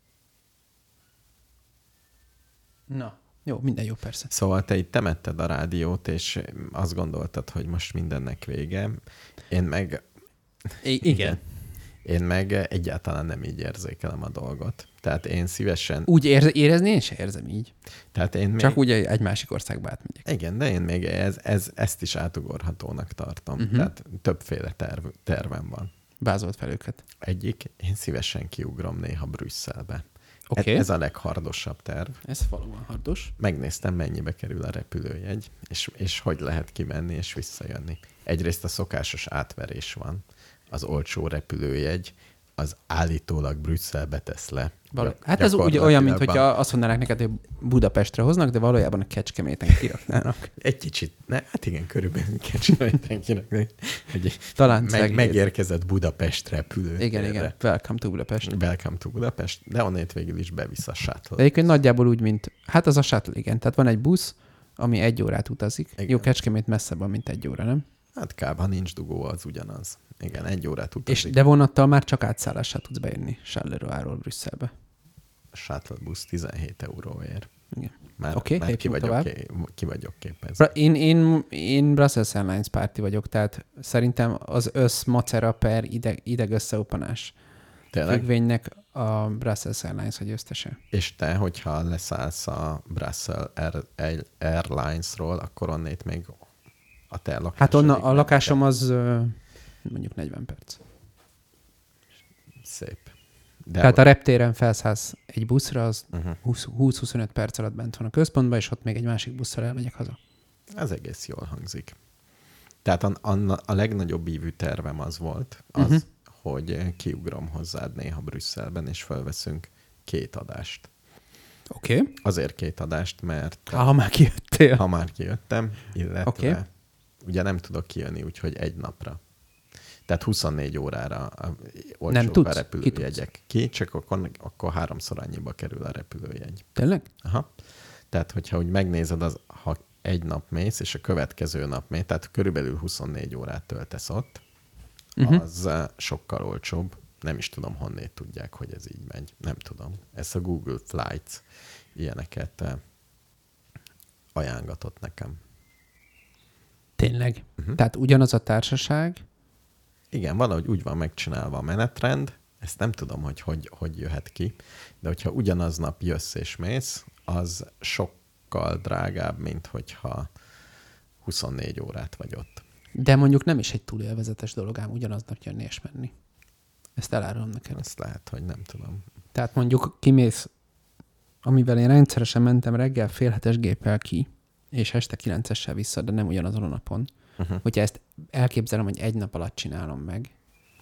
Na, jó, minden jó, persze. Szóval te itt temetted a rádiót, és azt gondoltad, hogy most mindennek vége. Én meg... Igen. Én meg egyáltalán nem így érzékelem a dolgot. Tehát én szívesen... Úgy érezni én se érzem így. Tehát én Csak úgy egy másik országba átmegyek. Igen, de én még ezt is átugorhatónak tartom. Tehát többféle tervem van. Vázolt fel őket. Egyik, én szívesen kiugrom néha Brüsszelbe. Okay. Ez a leghardosabb terv. Ez valóban hardos. Megnéztem, mennyibe kerül a repülőjegy, és hogy lehet kimenni és visszajönni. Egyrészt a szokásos átverés van. Az olcsó repülőjegy, az állítólag Brüsszelbe tesz le. Hát ez ugye olyan, mint hogyha azt mondanák neked, hogy Budapestre hoznak, de valójában a Kecskeméten kiraknának. Egy kicsit, hát igen, körülbelül Kecskeméten kiraknak. Talán megérkezett Budapest repülőtérre. Igen, welcome to Budapest. Welcome to Budapest, de onnét végül is bevisz a shuttle. De egyébként nagyjából úgy, mint, hát az a shuttle, igen. Tehát van egy busz, ami 1 órát utazik. Igen. Jó, Kecskemét messze van, mint 1 óra, nem? Hát kb. Ha nincs dugó, az ugyanaz. Igen, 1 órát utazik. De vonattal már csak átszállással tudsz bejönni Charleroi-ról Brüsszelbe. A shuttle busz 17 euróért. Igen. Már ki vagyok képezve. Én Brussels Airlines párti vagyok, tehát szerintem az összmacera per ideg összeopanás függvénynek a Brussels Airlines a győztese. És te, hogyha leszállsz a Brussels Airlines-ról, akkor onnét még a te lakásod. Hát onnan a lakásom az mondjuk 40 perc. Szép. Tehát a reptéren felszállsz egy buszra, az 20-25 perc alatt bent van a központban, és ott még egy másik busszal elmegyek haza. Ez egész jól hangzik. Tehát a legnagyobb ívű tervem az volt, hogy kiugrom hozzád néha Brüsszelben, és felveszünk 2 adást. Oké. Azért 2 adást, mert... Ha már kijöttél. Ha már kijöttem, illetve ugye nem tudok kijönni, úgyhogy 1 napra. Tehát 24 órára olcsóbb a repülőjegyek. Csak akkor 3-szor annyiba kerül a repülőjegy. Tényleg? Aha. Tehát, hogyha úgy megnézed, ha 1 nap mész, és a következő nap mész, tehát körülbelül 24 órát töltesz ott, az sokkal olcsóbb. Nem is tudom, honnét tudják, hogy ez így megy. Nem tudom. Ez a Google Flights ilyeneket ajánlgatott nekem. Tényleg? Tehát ugyanaz a társaság? Igen, valahogy úgy van megcsinálva a menetrend, ezt nem tudom, hogy jöhet ki, de hogyha ugyanaznap jössz és mész, az sokkal drágább, mint hogyha 24 órát vagy ott. De mondjuk nem is egy túl élvezetes dolog ám ugyanaznap jönni és menni. Ezt elárulom neked. Azt lehet, hogy nem tudom. Tehát mondjuk kimész, amivel én rendszeresen mentem reggel fél 7-es géppel ki, és este 9-essel vissza, de nem ugyanazon a napon. Hogyha ezt elképzelem, hogy 1 nap alatt csinálom meg,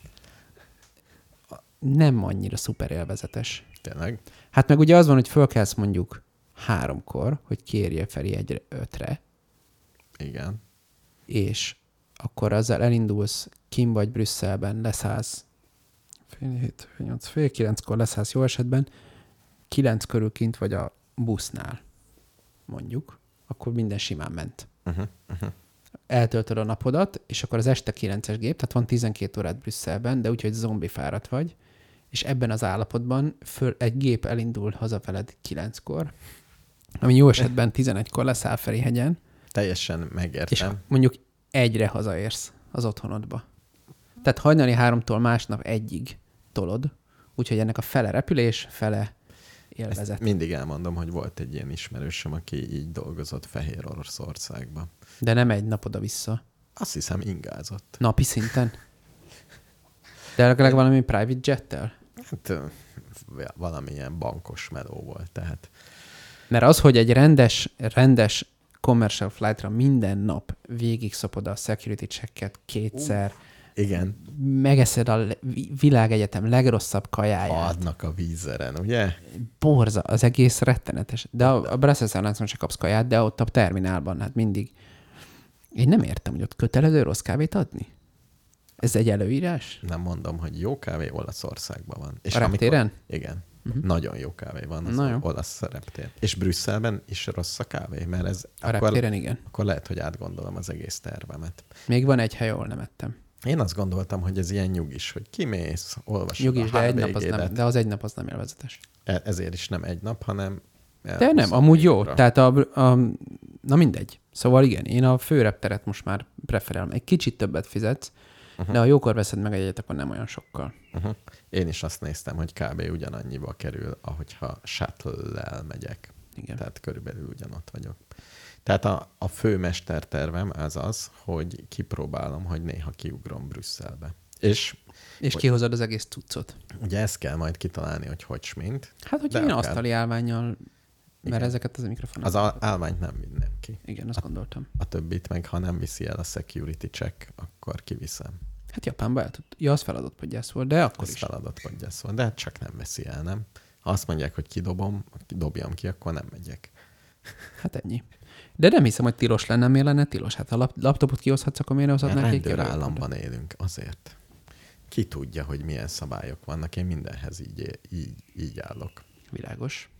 nem annyira szuper élvezetes. Tényleg? Hát meg ugye az van, hogy fölkelsz mondjuk 3-kor, hogy kérjél Feri egy 5-re. Igen. És akkor azzal elindulsz, kim vagy Brüsszelben, leszállsz fél 7, fél 8, fél 9-kor leszállsz jó esetben, 9 körül kint vagy a busznál, mondjuk, akkor minden simán ment. Eltöltöd a napodat, és akkor az este 9-es gép, tehát van 12 órát Brüsszelben, de úgyhogy zombi fáradt vagy, és ebben az állapotban egy gép elindul hazafeled 9-kor, ami jó esetben 11-kor leszáll Ferihegyen. Teljesen megértem. És mondjuk 1-re hazaérsz az otthonodba. Tehát hajnali 3-tól másnap 1-ig tolod, úgyhogy ennek a fele repülés, fele élvezet. Ezt mindig elmondom, hogy volt egy ilyen ismerősöm, aki így dolgozott Fehér Oroszországban. De nem egy nap oda-vissza. Azt hiszem ingázott. Napi szinten? De legalább valami private jettel? Hát valamilyen bankos meló volt, tehát. Mert az, hogy egy rendes commercial flightra minden nap végig szopod a security checket 2-szer, igen. Megeszed a világegyetem legrosszabb kajáját. Adnak a vízeren, ugye? Borza, az egész rettenetes. De a Brussels Airlines-on se kapsz kaját, de ott a terminálban, hát mindig. Én nem értem, hogy ott kötelező rossz kávét adni? Ez egy előírás? Nem mondom, hogy jó kávé Olaszországban van. És a reptéren? Igen. Nagyon jó kávé van az olasz reptér. És Brüsszelben is rossz a kávé, mert ez... A reptéren igen. Akkor lehet, hogy átgondolom az egész tervemet. Még van egy hely, ahol nem ettem. Én azt gondoltam, hogy ez ilyen nyugis, hogy kimész, olvasod nyugis, de egy nap az nem, de az egy nap az nem élvezetes. Ezért is nem egy nap, hanem... De nem, amúgy jó. Tehát na mindegy. Szóval igen, én a főrepteret most már preferálom. Egy kicsit többet fizetsz, de ha jókor veszed meg egyet, akkor nem olyan sokkal. Én is azt néztem, hogy kb. Ugyanannyiba kerül, ahogyha shuttle-lel megyek. Igen. Tehát körülbelül ugyanott vagyok. Tehát a fő mestertervem az, hogy kipróbálom, hogy néha kiugrom Brüsszelbe. És kihozod az egész cuccot. ugye ezt kell majd kitalálni, hogy mint. Hát, hogy én asztali állvánnyal, mert igen. ezeket az a mikrofonok. Az állványt nem vinném ki. Igen, azt gondoltam. A többit meg, ha nem viszi el a security check, akkor kiviszem. Hát Japánba el tud. Ja, az feladat podgyász volt, de akkor az is. feladat podgyász volt, de hát csak nem veszi el, nem? Ha azt mondják, hogy dobjam ki, akkor nem megyek. Hát ennyi. De nem hiszem, hogy tilos lenne, miért lenne tilos. Hát ha laptopot kihozhatsz, akkor miért hozhatnák ki? Rendőrállamban élünk, azért. Ki tudja, hogy milyen szabályok vannak. Én mindenhez így állok. Világos.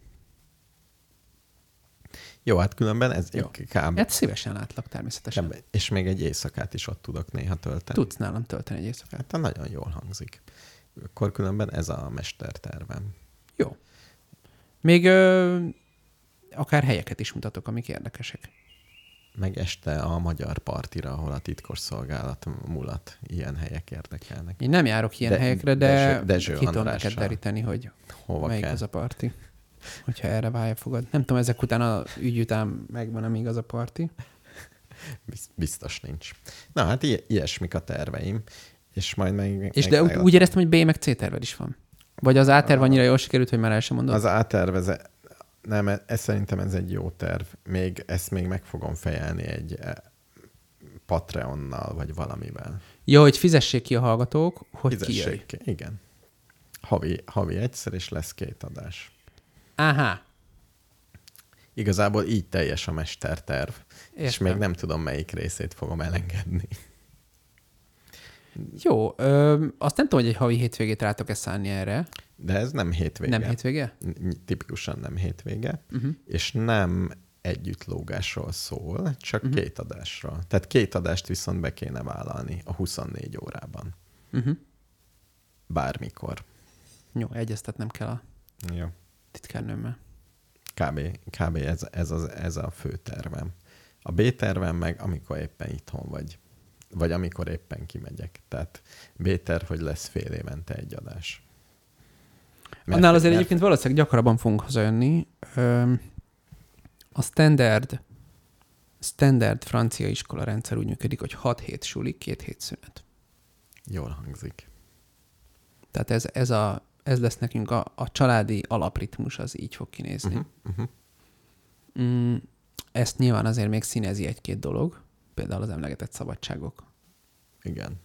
Jó, hát különben ez kb. Hát szívesen látlak természetesen. És még egy éjszakát is ott tudok néha tölteni. Tudsz nálam tölteni egy éjszakát. Hát nagyon jól hangzik. Akkor különben ez a mestertervem. Jó. Még akár helyeket is mutatok, amik érdekesek. Meg este a magyar partira, ahol a titkos szolgálat mulat. Ilyen helyek érdekelnek. Én nem járok ilyen helyekre, de Dezső ki tudom neked deríteni, hogy hova melyik kell. az a parti. Hogyha erre válja fogad. Nem tudom, ezek után a ügy után megvan, amíg az a parti. Biztos nincs. Na hát ilyesmik a terveim. És majd de úgy éreztem, hogy B meg C terved is van. Vagy az A terv annyira jól sikerült, hogy már el sem mondod? Az A terv, nem, szerintem ez egy jó terv. Ezt még meg fogom fejelni egy Patreonnal, vagy valamivel. Jó, hogy fizessék ki a hallgatók, hogy kijöjj. Igen. Havi egyszer, és lesz 2 adás. Aha. Igazából így teljes a mesterterv. Értem. És még nem tudom, melyik részét fogom elengedni. Jó, azt nem tudom, hogy egy havi hétvégét rátok szállni erre. De ez nem hétvége. Nem hétvége? Tipikusan nem hétvége. És nem együttlógásról szól, csak 2 adásról. Tehát 2 adást viszont be kéne vállalni a 24 órában. Bármikor. Jó, egyeztetnem kell a titkárnőmmel. Kb. Ez a fő tervem. A B tervem meg, amikor éppen itthon vagy amikor éppen kimegyek. Tehát B terv, hogy lesz fél évente egy adás. Annál azért egyébként valószínűleg gyakrabban fogunk hazajönni. A standard francia iskola rendszer úgy működik, hogy 6 hét suli, 2 hét szünet. Jól hangzik. Tehát ez lesz nekünk a családi alapritmus, az így fog kinézni. Ezt nyilván azért még színezi egy-két dolog, például az emlegetett szabadságok. Igen.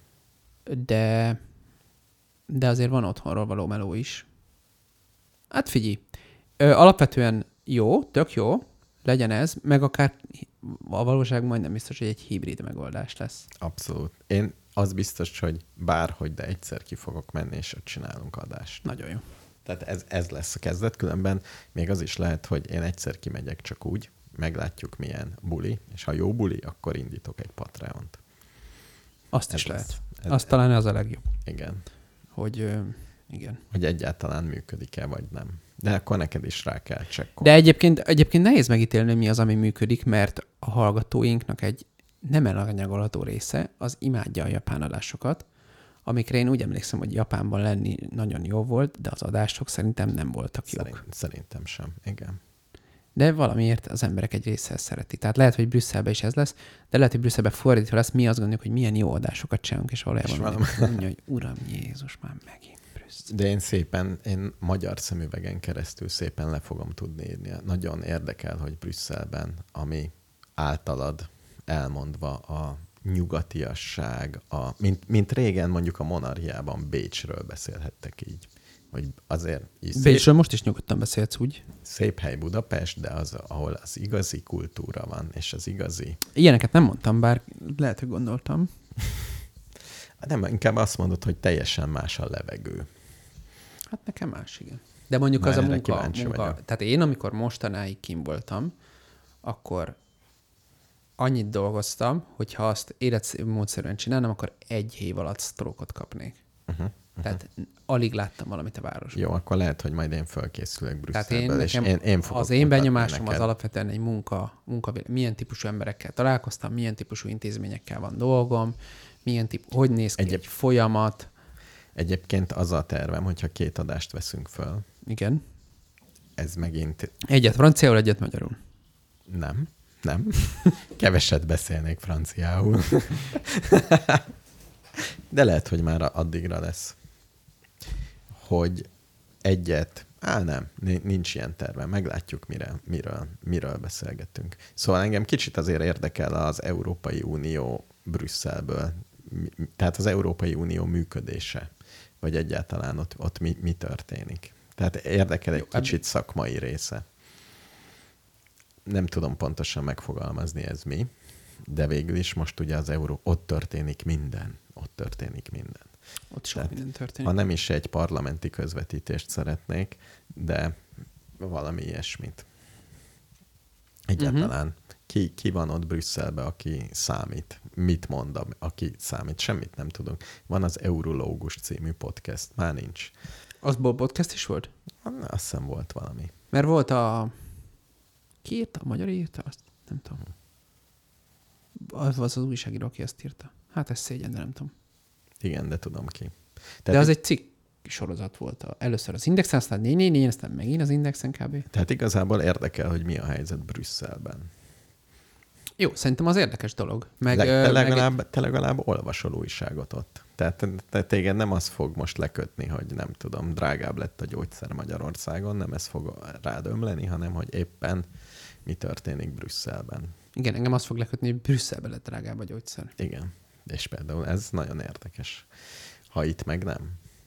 De azért van otthonról való meló is. Hát figyelj, alapvetően jó, tök jó, legyen ez, meg akár a valóság majdnem biztos, hogy egy hibrid megoldás lesz. Abszolút. Én az biztos, hogy bárhogy, de egyszer ki fogok menni, és ott csinálunk adást. Nagyon jó. Tehát ez lesz a kezdet, különben még az is lehet, hogy én egyszer kimegyek csak úgy, meglátjuk milyen buli, és ha jó buli, akkor indítok egy Patreont. Azt is lehet. Azt talán az a legjobb. Igen. Hogy igen. Hogy egyáltalán működik-e, vagy nem. De akkor neked is rá kell csekkolni. De egyébként nehéz megítélni, mi az, ami működik, mert a hallgatóinknak egy nem elanyagolható része az imádja a japán adásokat, amikre én úgy emlékszem, hogy Japánban lenni nagyon jó volt, de az adások szerintem nem voltak jók. Szerintem sem, igen. De valamiért az emberek egy része ezt szereti. Tehát lehet, hogy Brüsszelben is ez lesz, de lehet, hogy Brüsszelben fordítva lesz, mi azt gondoljuk, hogy milyen jó adásokat csinálunk, és valójában mondja, hogy Uram Jézus, már megint Brüsszel. De én magyar szemüvegen keresztül szépen le fogom tudni írni. Nagyon érdekel, hogy Brüsszelben, ami általad elmondva a nyugatiasság, mint régen mondjuk a monarchiában Bécsről beszélhettek így. Hogy azért Bécsről most is nyugodtan beszélsz úgy. Szép hely Budapest, de ahol az igazi kultúra van, és az igazi... Ilyeneket nem mondtam, bár lehet, hogy gondoltam. Nem, inkább azt mondod, hogy teljesen más a levegő. Hát nekem más, igen. De mondjuk az a munka. Tehát én, amikor mostanáig kim voltam, akkor annyit dolgoztam, hogyha azt életmódszerűen csinálnám, akkor 1 év alatt sztrókot kapnék. Tehát alig láttam valamit a városban. Jó, akkor lehet, hogy majd én fölkészülök Brüsszelből, és én fogok az én benyomásom az alapvetően egy munka, milyen típusú emberekkel találkoztam, milyen típusú intézményekkel van dolgom, milyen hogy néz ki egy folyamat. Egyébként az a tervem, hogyha 2 adást veszünk föl. Igen. Ez megint... Egyet franciául, egyet magyarul. Nem. Keveset beszélnék franciául. De lehet, hogy már addigra lesz. Hogy egyet... nem, nincs ilyen terve. Meglátjuk, miről beszélgetünk. Szóval engem kicsit azért érdekel az Európai Unió Brüsszelből. Tehát az Európai Unió működése. Vagy egyáltalán ott mi történik. Tehát érdekel egy kicsit szakmai része. Nem tudom pontosan megfogalmazni ez mi, de végül is most ugye ott történik minden. Ott sok minden történik. Ha nem is egy parlamenti közvetítést szeretnék, de valami ilyesmit. Egyáltalán ki van ott Brüsszelben, aki számít? Mit mond, aki számít? Semmit nem tudunk. Van az Eurológus című podcast. Már nincs. Azból podcast is volt? Azt hiszem volt valami. Mert volt Ki írta? A magyar írta? Azt nem tudom. Az az újságíró, aki ezt írta. Hát ez szégyen, de nem tudom. Igen, de tudom ki. De az egy cikk sorozat volt. Először az Indexen, aztán 444, aztán megint az Indexen kb. Tehát igazából érdekel, hogy mi a helyzet Brüsszelben. Jó, szerintem az érdekes dolog. Te legalább olvasol újságot ott. Tehát téged nem az fog most lekötni, hogy nem tudom, drágább lett a gyógyszer Magyarországon, nem ez fog rád ömleni, hanem hogy éppen mi történik Brüsszelben. Igen, engem azt fog lekötni, hogy Brüsszelben lett drágább a gyógyszer. Igen, és például ez nagyon érdekes. Ha itt meg nem.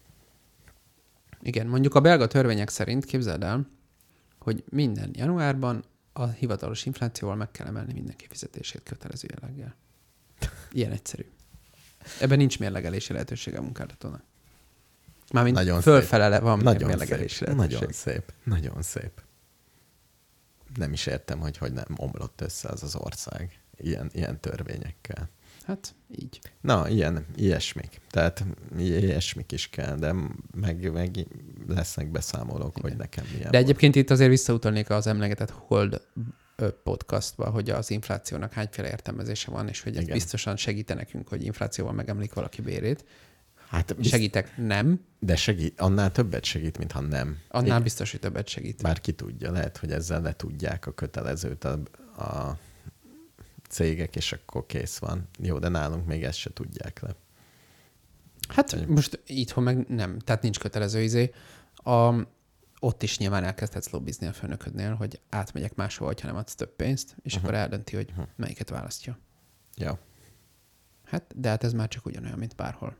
Igen, mondjuk a belga törvények szerint képzeld el, hogy minden januárban a hivatalos inflációval meg kell emelni mindenki fizetését kötelező jelleggel. Ilyen egyszerű. Ebben nincs mérlegelési lehetősége a munkáltatónak. Mármint nagyon fölfele van mérlegelési lehetőség. Nagyon szép. Nem is értem, hogy nem omlott össze az ország ilyen törvényekkel. Hát így. Na, ilyesmik. Tehát ilyesmik is kell, de meg lesznek beszámolók, igen, hogy nekem milyen. De egyébként itt azért visszautalnék az emlegetett Hold podcastba, hogy az inflációnak hányféle értelmezése van, és hogy ez biztosan segít nekünk, hogy inflációval megemlik valaki bérét. Hát segítek, nem. De annál többet segít, mintha nem. Annál biztos, hogy többet segít. Bár ki tudja, lehet, hogy ezzel letudják a kötelezőt a cégek, és akkor kész van. Jó, de nálunk még ezt se tudják le. Hát most itthon meg nem, tehát nincs kötelező ott is nyilván elkezdhetsz lobbizni a főnöködnél, hogy átmegyek máshova, ha nem adsz több pénzt, és akkor eldönti, hogy melyiket választja. Ja. De hát ez már csak ugyanolyan, mint bárhol.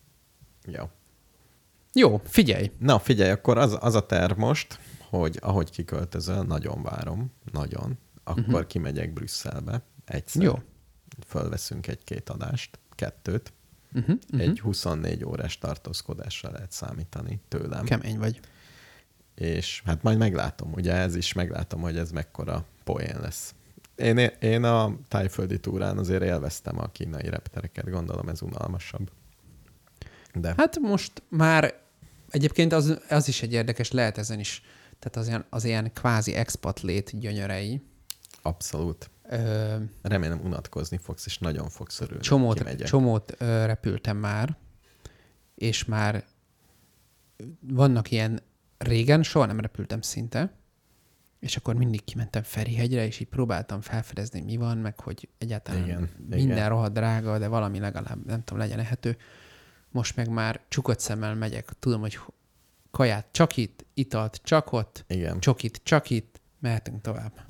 Jó, figyelj! Na, figyelj, akkor az a terv most, hogy ahogy kiköltözöl, nagyon várom, nagyon, akkor kimegyek Brüsszelbe egyszer. Jó. Fölveszünk 1-2 adást, 2. Egy 24 órás tartózkodásra lehet számítani tőlem. Kemény vagy. És hát majd meglátom, ugye ez is meglátom, hogy ez mekkora poén lesz. Én a tájföldi túrán azért élveztem a kínai reptereket, gondolom ez unalmasabb. De... Hát most már egyébként az is egy érdekes, lehet ezen is, tehát az ilyen kvázi expat lét gyönyörei. Abszolút. Remélem unatkozni fogsz, és nagyon fogsz örülni. Csomót repültem már, és már vannak ilyen, régen soha nem repültem szinte, és akkor mindig kimentem Ferihegyre, és így próbáltam felfedezni, mi van, meg hogy egyáltalán minden rohadt drága, de valami legalább, nem tudom, legyen ehető. Most meg már csukott szemmel megyek. Tudom, hogy kaját csak itt, italt csak ott, csokit csak itt, mehetünk tovább.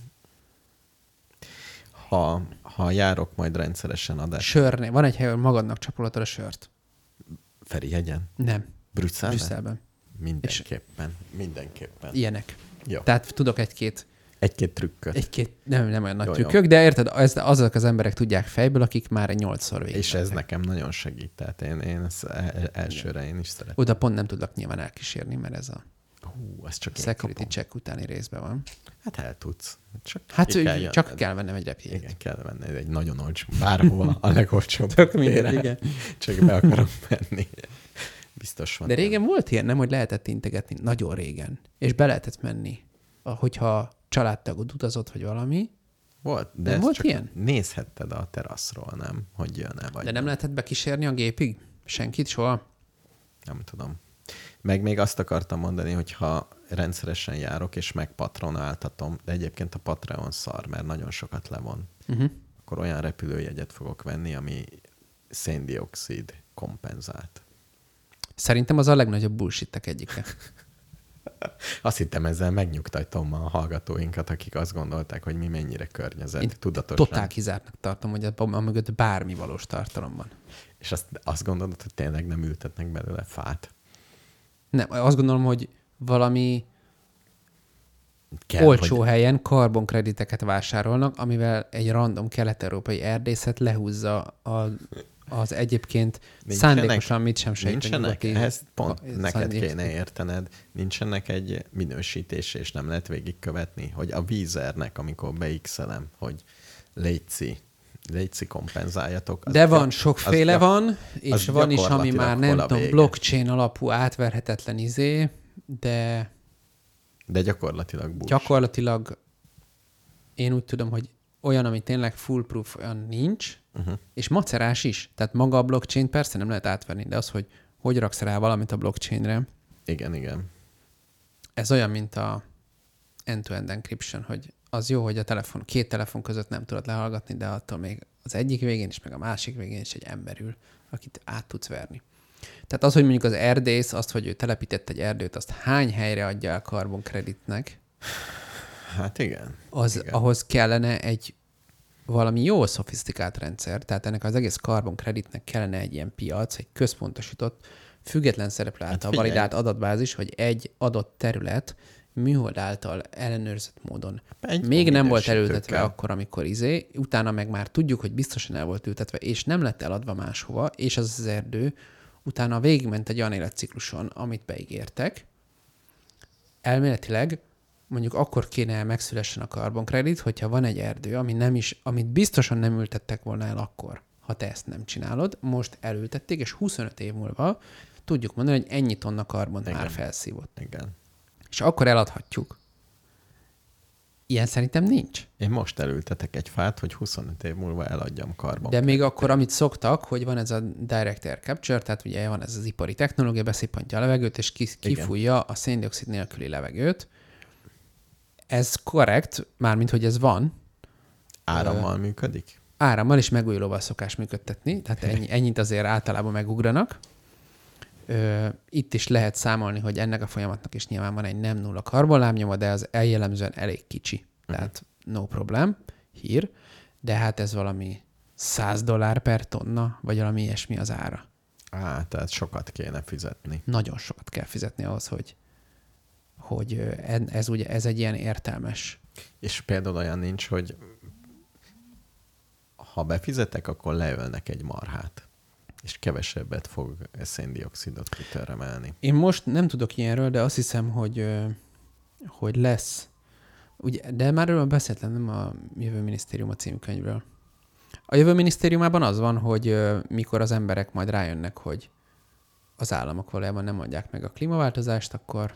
Ha járok majd rendszeresen adás. Sörnél. Van egy hely, ahol magadnak csapolhatod a sört. Ferihegyen? Nem. Brüsszelben? Mindenképpen. Ilyenek. Jó. Tehát tudok egy-két trükköt. Nem olyan nagy trükkök, de érted, azok az emberek tudják fejből, akik már 8-szor végig. És ez nekem nagyon segít. Tehát én elsőre én is szeretem. Oda pont nem tudlak nyilván elkísérni, mert ez a az csak security check utáni részben van. Hát el tudsz. Csak kell vennem egy repjegyet. Igen, kell venni egy nagyon olcsó. Bárhova a legolcsóbb. Tök minden, igen. Csak be akarom menni. Biztos van. De régen volt ilyen, nem, hogy lehetett integetni? Nagyon régen. És be lehetett menni. Hogyha családtagod utazott, vagy valami, Volt, de volt csak ilyen? Nézhetted a teraszról, nem? Hogy jön-e vagy. De nem lehetett bekísérni a gépig? Senkit soha? Nem tudom. Meg még azt akartam mondani, hogy ha rendszeresen járok és megpatronáltatom, de egyébként a Patreon szar, mert nagyon sokat levon, akkor olyan repülőjegyet fogok venni, ami széndioxid kompenzált. Szerintem az a legnagyobb bullshittek egyike. Azt hittem, ezzel megnyugtatom a hallgatóinkat, akik azt gondolták, hogy mi mennyire környezettudatosan. Totál kizártnak tartom, hogy mögött bármi valós tartalom van. És azt gondolod, hogy tényleg nem ültetnek belőle fát? Nem, azt gondolom, hogy valami olcsó helyen karbonkrediteket vásárolnak, amivel egy random kelet-európai erdészet lehúzza az egyébként szándékosan mit sem nincsenek, ezt pont neked kéne értened, nincsenek egy minősítés, és nem lehet végigkövetni, hogy a vízernek, amikor beixelem, hogy létszi kompenzáljatok. De van, sokféle van, és van is, ami már nem tudom, blockchain alapú átverhetetlen de gyakorlatilag bullshit. Gyakorlatilag én úgy tudom, hogy olyan, ami tényleg foolproof, olyan nincs, és macerás is. Tehát maga a blockchain persze nem lehet átvenni, de az, hogy raksz rá valamit a blockchainre. Igen. Ez olyan, mint a end-to-end encryption, hogy az jó, hogy két telefon között nem tudod lehallgatni, de attól még az egyik végén is, meg a másik végén is egy ember ül, akit át tudsz verni. Tehát az, hogy mondjuk az erdész, azt, hogy ő telepített egy erdőt, azt hány helyre adja el karbonkreditnek? Hát igen. Ahhoz kellene egy valami jó szofisztikált rendszer, tehát ennek az egész karbonkreditnek kellene egy ilyen piac, egy központosított, független szereplő által validált adatbázis, hogy egy adott terület műhold által ellenőrzött módon még nem volt elültetve akkor, amikor utána meg már tudjuk, hogy biztosan el volt ültetve, és nem lett eladva máshova, és az erdő utána végigment egy olyan életcikluson, amit beígértek. Elméletileg mondjuk akkor kéne megszülessen a karbonkredit, hogyha van egy erdő, amit biztosan nem ültettek volna el akkor, ha te ezt nem csinálod. Most elültették, és 25 év múlva tudjuk mondani, hogy ennyi tonna karbont már felszívott. Igen. És akkor eladhatjuk. Ilyen szerintem nincs. Én most elültetek egy fát, hogy 25 év múlva eladjam karbon. De még akkor, amit szoktak, hogy van ez a direct air capture, tehát ugye van ez az ipari technológia, beszippantja a levegőt, és kifújja a széndioxid nélküli levegőt. Ez korrekt, mármint, hogy ez van. Árammal működik? Árammal és megújulóval szokás működtetni, tehát ennyit azért általában megugranak. Itt is lehet számolni, hogy ennek a folyamatnak is nyilván van egy nem nulla karbonlábnyoma, de az jellemzően elég kicsi. Tehát no problem, hír. De hát ez valami $100 per tonna, vagy valami ilyesmi az ára. Tehát sokat kéne fizetni. Nagyon sokat kell fizetni ahhoz, hogy ez egy ilyen értelmes. És például olyan nincs, hogy ha befizetek, akkor leölnek egy marhát. És kevesebbet fog széndioxidot kitermelni. Én most nem tudok ilyenről, de azt hiszem, hogy lesz. Ugye, de már erről beszéltem, nem a Jövő Minisztériuma című könyvről. A Jövő Minisztériumában az van, hogy mikor az emberek majd rájönnek, hogy az államok valójában nem mondják meg a klímaváltozást, akkor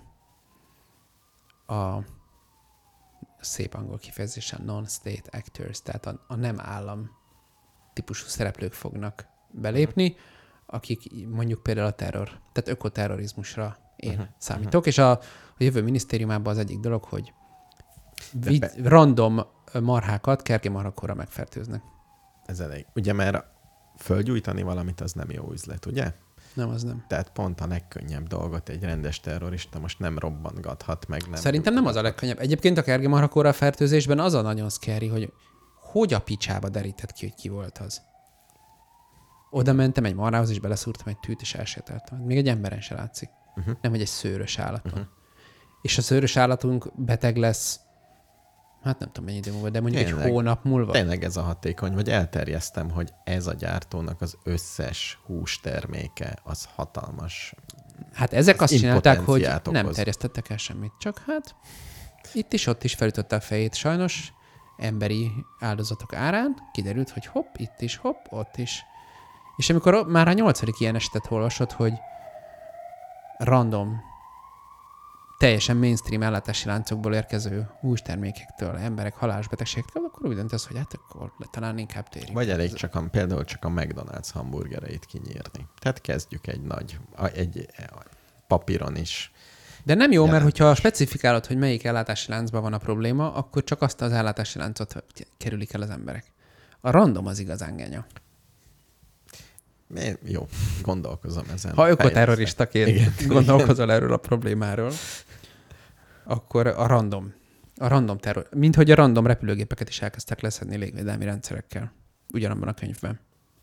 a szép angol kifejezésen non-state actors, tehát a nem állam típusú szereplők fognak belépni, akik mondjuk például a tehát ökoterrorizmusra én számítok, és a Jövő Minisztériumában az egyik dolog, hogy random marhákat kergemarhakkorra megfertőznek. Ez elég. Ugye, mert fölgyújtani valamit az nem jó üzlet, ugye? Nem, az nem. Tehát pont a legkönnyebb dolgot egy rendes terrorista most nem robbantgathat meg. Szerintem nem az a legkönnyebb. Egyébként a kergemarhakkorra fertőzésben az a nagyon scary, hogy a picsába derített ki, hogy ki volt az. Oda mentem egy marhához, és beleszúrtam egy tűt, és elsétáltam. Még egy emberen se látszik. Nem, hogy egy szőrös állaton. És a szőrös állatunk beteg lesz, hát nem tudom mennyi idő múlva, de mondjuk egy hónap múlva. Tényleg ez a hatékony, vagy elterjesztem, hogy ez a gyártónak az összes hústerméke, az hatalmas. Hát ezek azt csinálták, hogy nem terjesztettek el semmit. Csak hát itt is, ott is felütötte a fejét. Sajnos emberi áldozatok árán kiderült, hogy hopp, itt is, hopp, ott is. És amikor már a 8. ilyen esetet olvasod, hogy random teljesen mainstream ellátási láncokból érkező hústermékektől, emberek halálos betegségektől, akkor úgy döntesz, hogy hát akkor talán inkább térjünk. Vagy elég például csak a McDonald's hamburgereit kinyírni. Tehát kezdjük egy papíron is. De nem jó, mert hogyha specifikálod, hogy melyik ellátási láncban van a probléma, akkor csak azt az ellátási láncot kerülik el az emberek. A random az igazán genya. Jó, gondolkozom ezen. Ha ökoterroristaként gondolkozol erről a problémáról, akkor a random terror, mint hogy a random repülőgépeket is elkezdtek leszedni légvédelmi rendszerekkel. Ugyanabban a könyvben.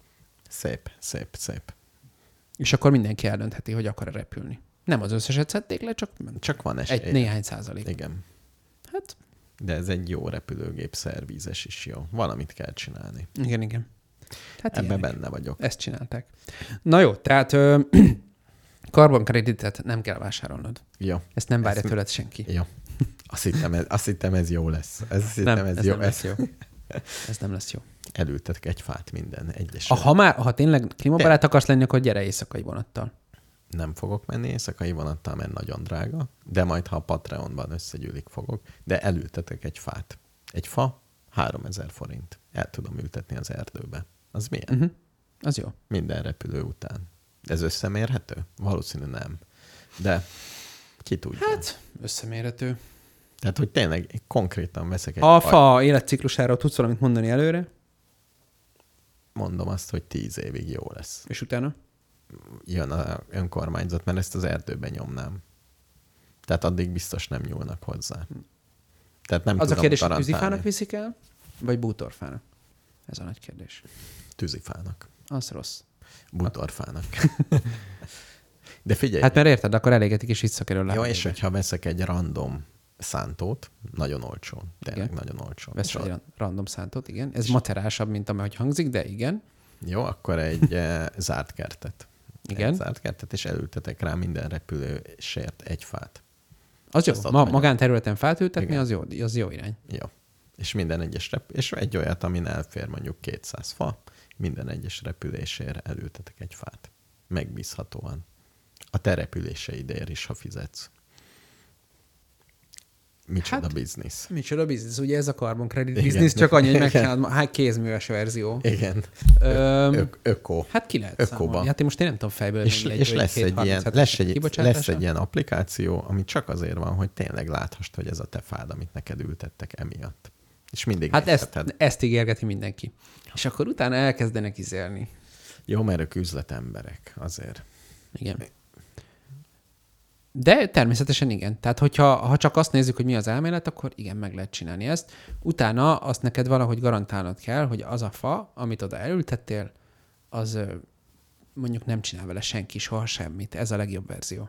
Szép. És akkor mindenki eldöntheti, hogy akar repülni. Nem az összeset szedték le, csak van esély. Néhány százalék. Igen. Hát. De ez egy jó repülőgép szervízes is jó. Valamit kell csinálni. Igen. Hát ebben benne vagyok. Ezt csinálták. Na jó, tehát karbonkreditet nem kell vásárolnod. Jó. Ezt nem várja tőled senki. Jó. Azt hittem ez jó lesz. Ez nem lesz jó. Ez nem lesz jó. Elültetek egy fát minden egyesre. Ha tényleg klímabarát akarsz lenni, akkor gyere éjszakai vonattal. Nem fogok menni éjszakai vonattal, mert nagyon drága, de majd, ha a Patreonban összegyűlik, fogok. De elültetek egy fát. Egy fa 3000 forint. El tudom ültetni az erdőbe. Az milyen? Uh-huh. Az jó. Minden repülő után. Ez összemérhető? Valószínű nem. De ki tudja. Hát, összemérhető. Tehát, hogy tényleg konkrétan veszek egy... A fa életciklusáról tudsz valamit mondani előre? Mondom azt, hogy 10 évig jó lesz. És utána? Jön az önkormányzat, mert ezt az erdőben nyomnám. Tehát addig biztos nem nyúlnak hozzá. Tehát nem az tudom a kérdés, garantálni. hogy tűzifának viszik el, vagy bútorfának? Ez a nagy kérdés. Tűzifának. Az rossz. Bútorfának. De figyelj. Hát mert érted, akkor elégetik is visszakerül. Jó, és hogyha veszek egy random szántót, nagyon olcsó. Tényleg igen. Nagyon olcsó. Vesz egy random szántót, igen. Ez macerásabb, mint ahogy hangzik, de igen. Jó, akkor egy zárt kertet. Igen. Egy zárt kertet, és elültetek rá minden repülősért egy fát. Az jó. Magánterületen fát ültetni, az jó irány. Jó. És minden egyes és egy olyat, amin elfér mondjuk 200 fa, minden egyes repülésére elültetek egy fát. Megbízhatóan. A te repüléseidért is, ha fizetsz. Micsoda biznisz. Micsoda biznisz. Ugye ez a carbon credit biznisz, csak annyi, hogy megcsinálod, kézműves verzió. Igen. Öko. Hát ki lehet Ökoba. számolni. Hát én most én nem tudom fejből. És lesz egy ilyen applikáció, ami csak azért van, hogy tényleg láthassd, hogy ez a te fád, amit neked ültettek emiatt. És mindig hát ezt ígérgeti mindenki. És akkor utána elkezdenek izélni. Jó, mert ők üzletemberek azért. Igen. De természetesen igen. Tehát, ha csak azt nézzük, hogy mi az elmélet, akkor igen, meg lehet csinálni ezt. Utána azt neked valahogy garantálnod kell, hogy az a fa, amit oda elültettél, az mondjuk nem csinál vele senki soha semmit. Ez a legjobb verzió.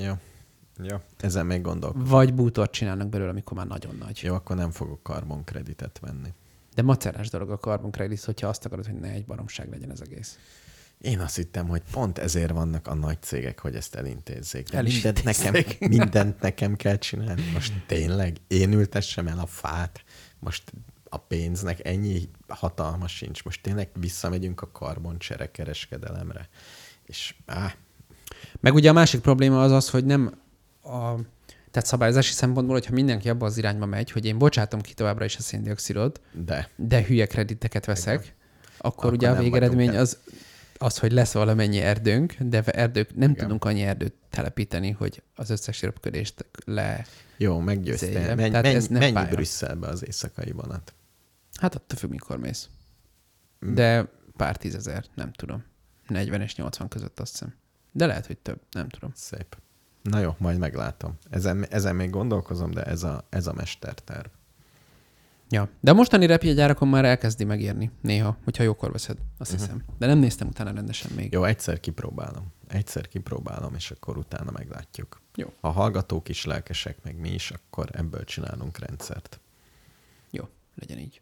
Jó. Ezen még gondolkozom. Vagy bútort csinálnak belőle, amikor már nagyon nagy. Jó, akkor nem fogok karbonkreditet venni. De macerás dolog a karbonkredit, hogyha azt akarod, hogy ne egy baromság legyen ez egész. Én azt hittem, hogy pont ezért vannak a nagy cégek, hogy ezt elintézzék. De mindent nekem kell csinálni. Most tényleg én ültessem el a fát. Most a pénznek ennyi hatalma sincs. Most tényleg visszamegyünk a karboncsere kereskedelemre. És Meg ugye a másik probléma az, hogy nem tehát szabályozási szempontból, hogyha mindenki abba az irányba megy, hogy én bocsátom ki továbbra is a széndioxidot, de hülye krediteket veszek, akkor ugye a végeredmény az, hogy lesz valamennyi erdőnk, de nem tudunk annyi erdőt telepíteni, hogy az összes röpködést Jó, meggyőztél. Mennyi Brüsszelbe az éjszakai vonat? Hát attól függ, mikor mész. De pár 10 000, nem tudom. 40 és 80 között azt hiszem. De lehet, hogy több, nem tudom. Szép. Na jó, majd meglátom. Ezen még gondolkozom, de ez a mesterterv. Ja, de a mostani repjegyárakon már elkezdi megérni néha, hogyha jókor veszed, azt hiszem. De nem néztem utána rendesen még. Jó, egyszer kipróbálom, és akkor utána meglátjuk. Jó. Ha hallgatók is lelkesek, meg mi is, akkor ebből csinálunk rendszert. Jó, legyen így.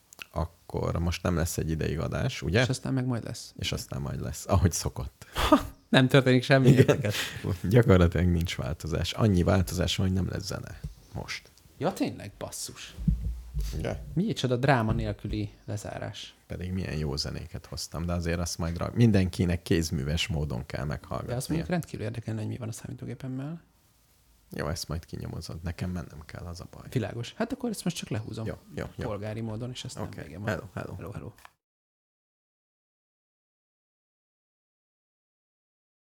Akkor most nem lesz egy ideig adás, ugye? És aztán meg majd lesz. És aztán majd lesz, ahogy szokott. Nem történik semmi érdekes. Gyakorlatilag nincs változás. Annyi változás van, hogy nem lesz zene most. Ja, tényleg, basszus. Ja. Micsoda dráma nélküli lezárás. Pedig milyen jó zenéket hoztam, de azért azt majd mindenkinek kézműves módon kell meghallgatni. De azt mondjuk rendkívül érdekelne, hogy mi van a számítógépemmel. Jó, ezt majd kinyomozod. Nekem mennem kell, az a baj. Világos. Hát akkor ezt most csak lehúzom. Jó. Polgári módon, és aztán okay. végén van. Hello. Hello.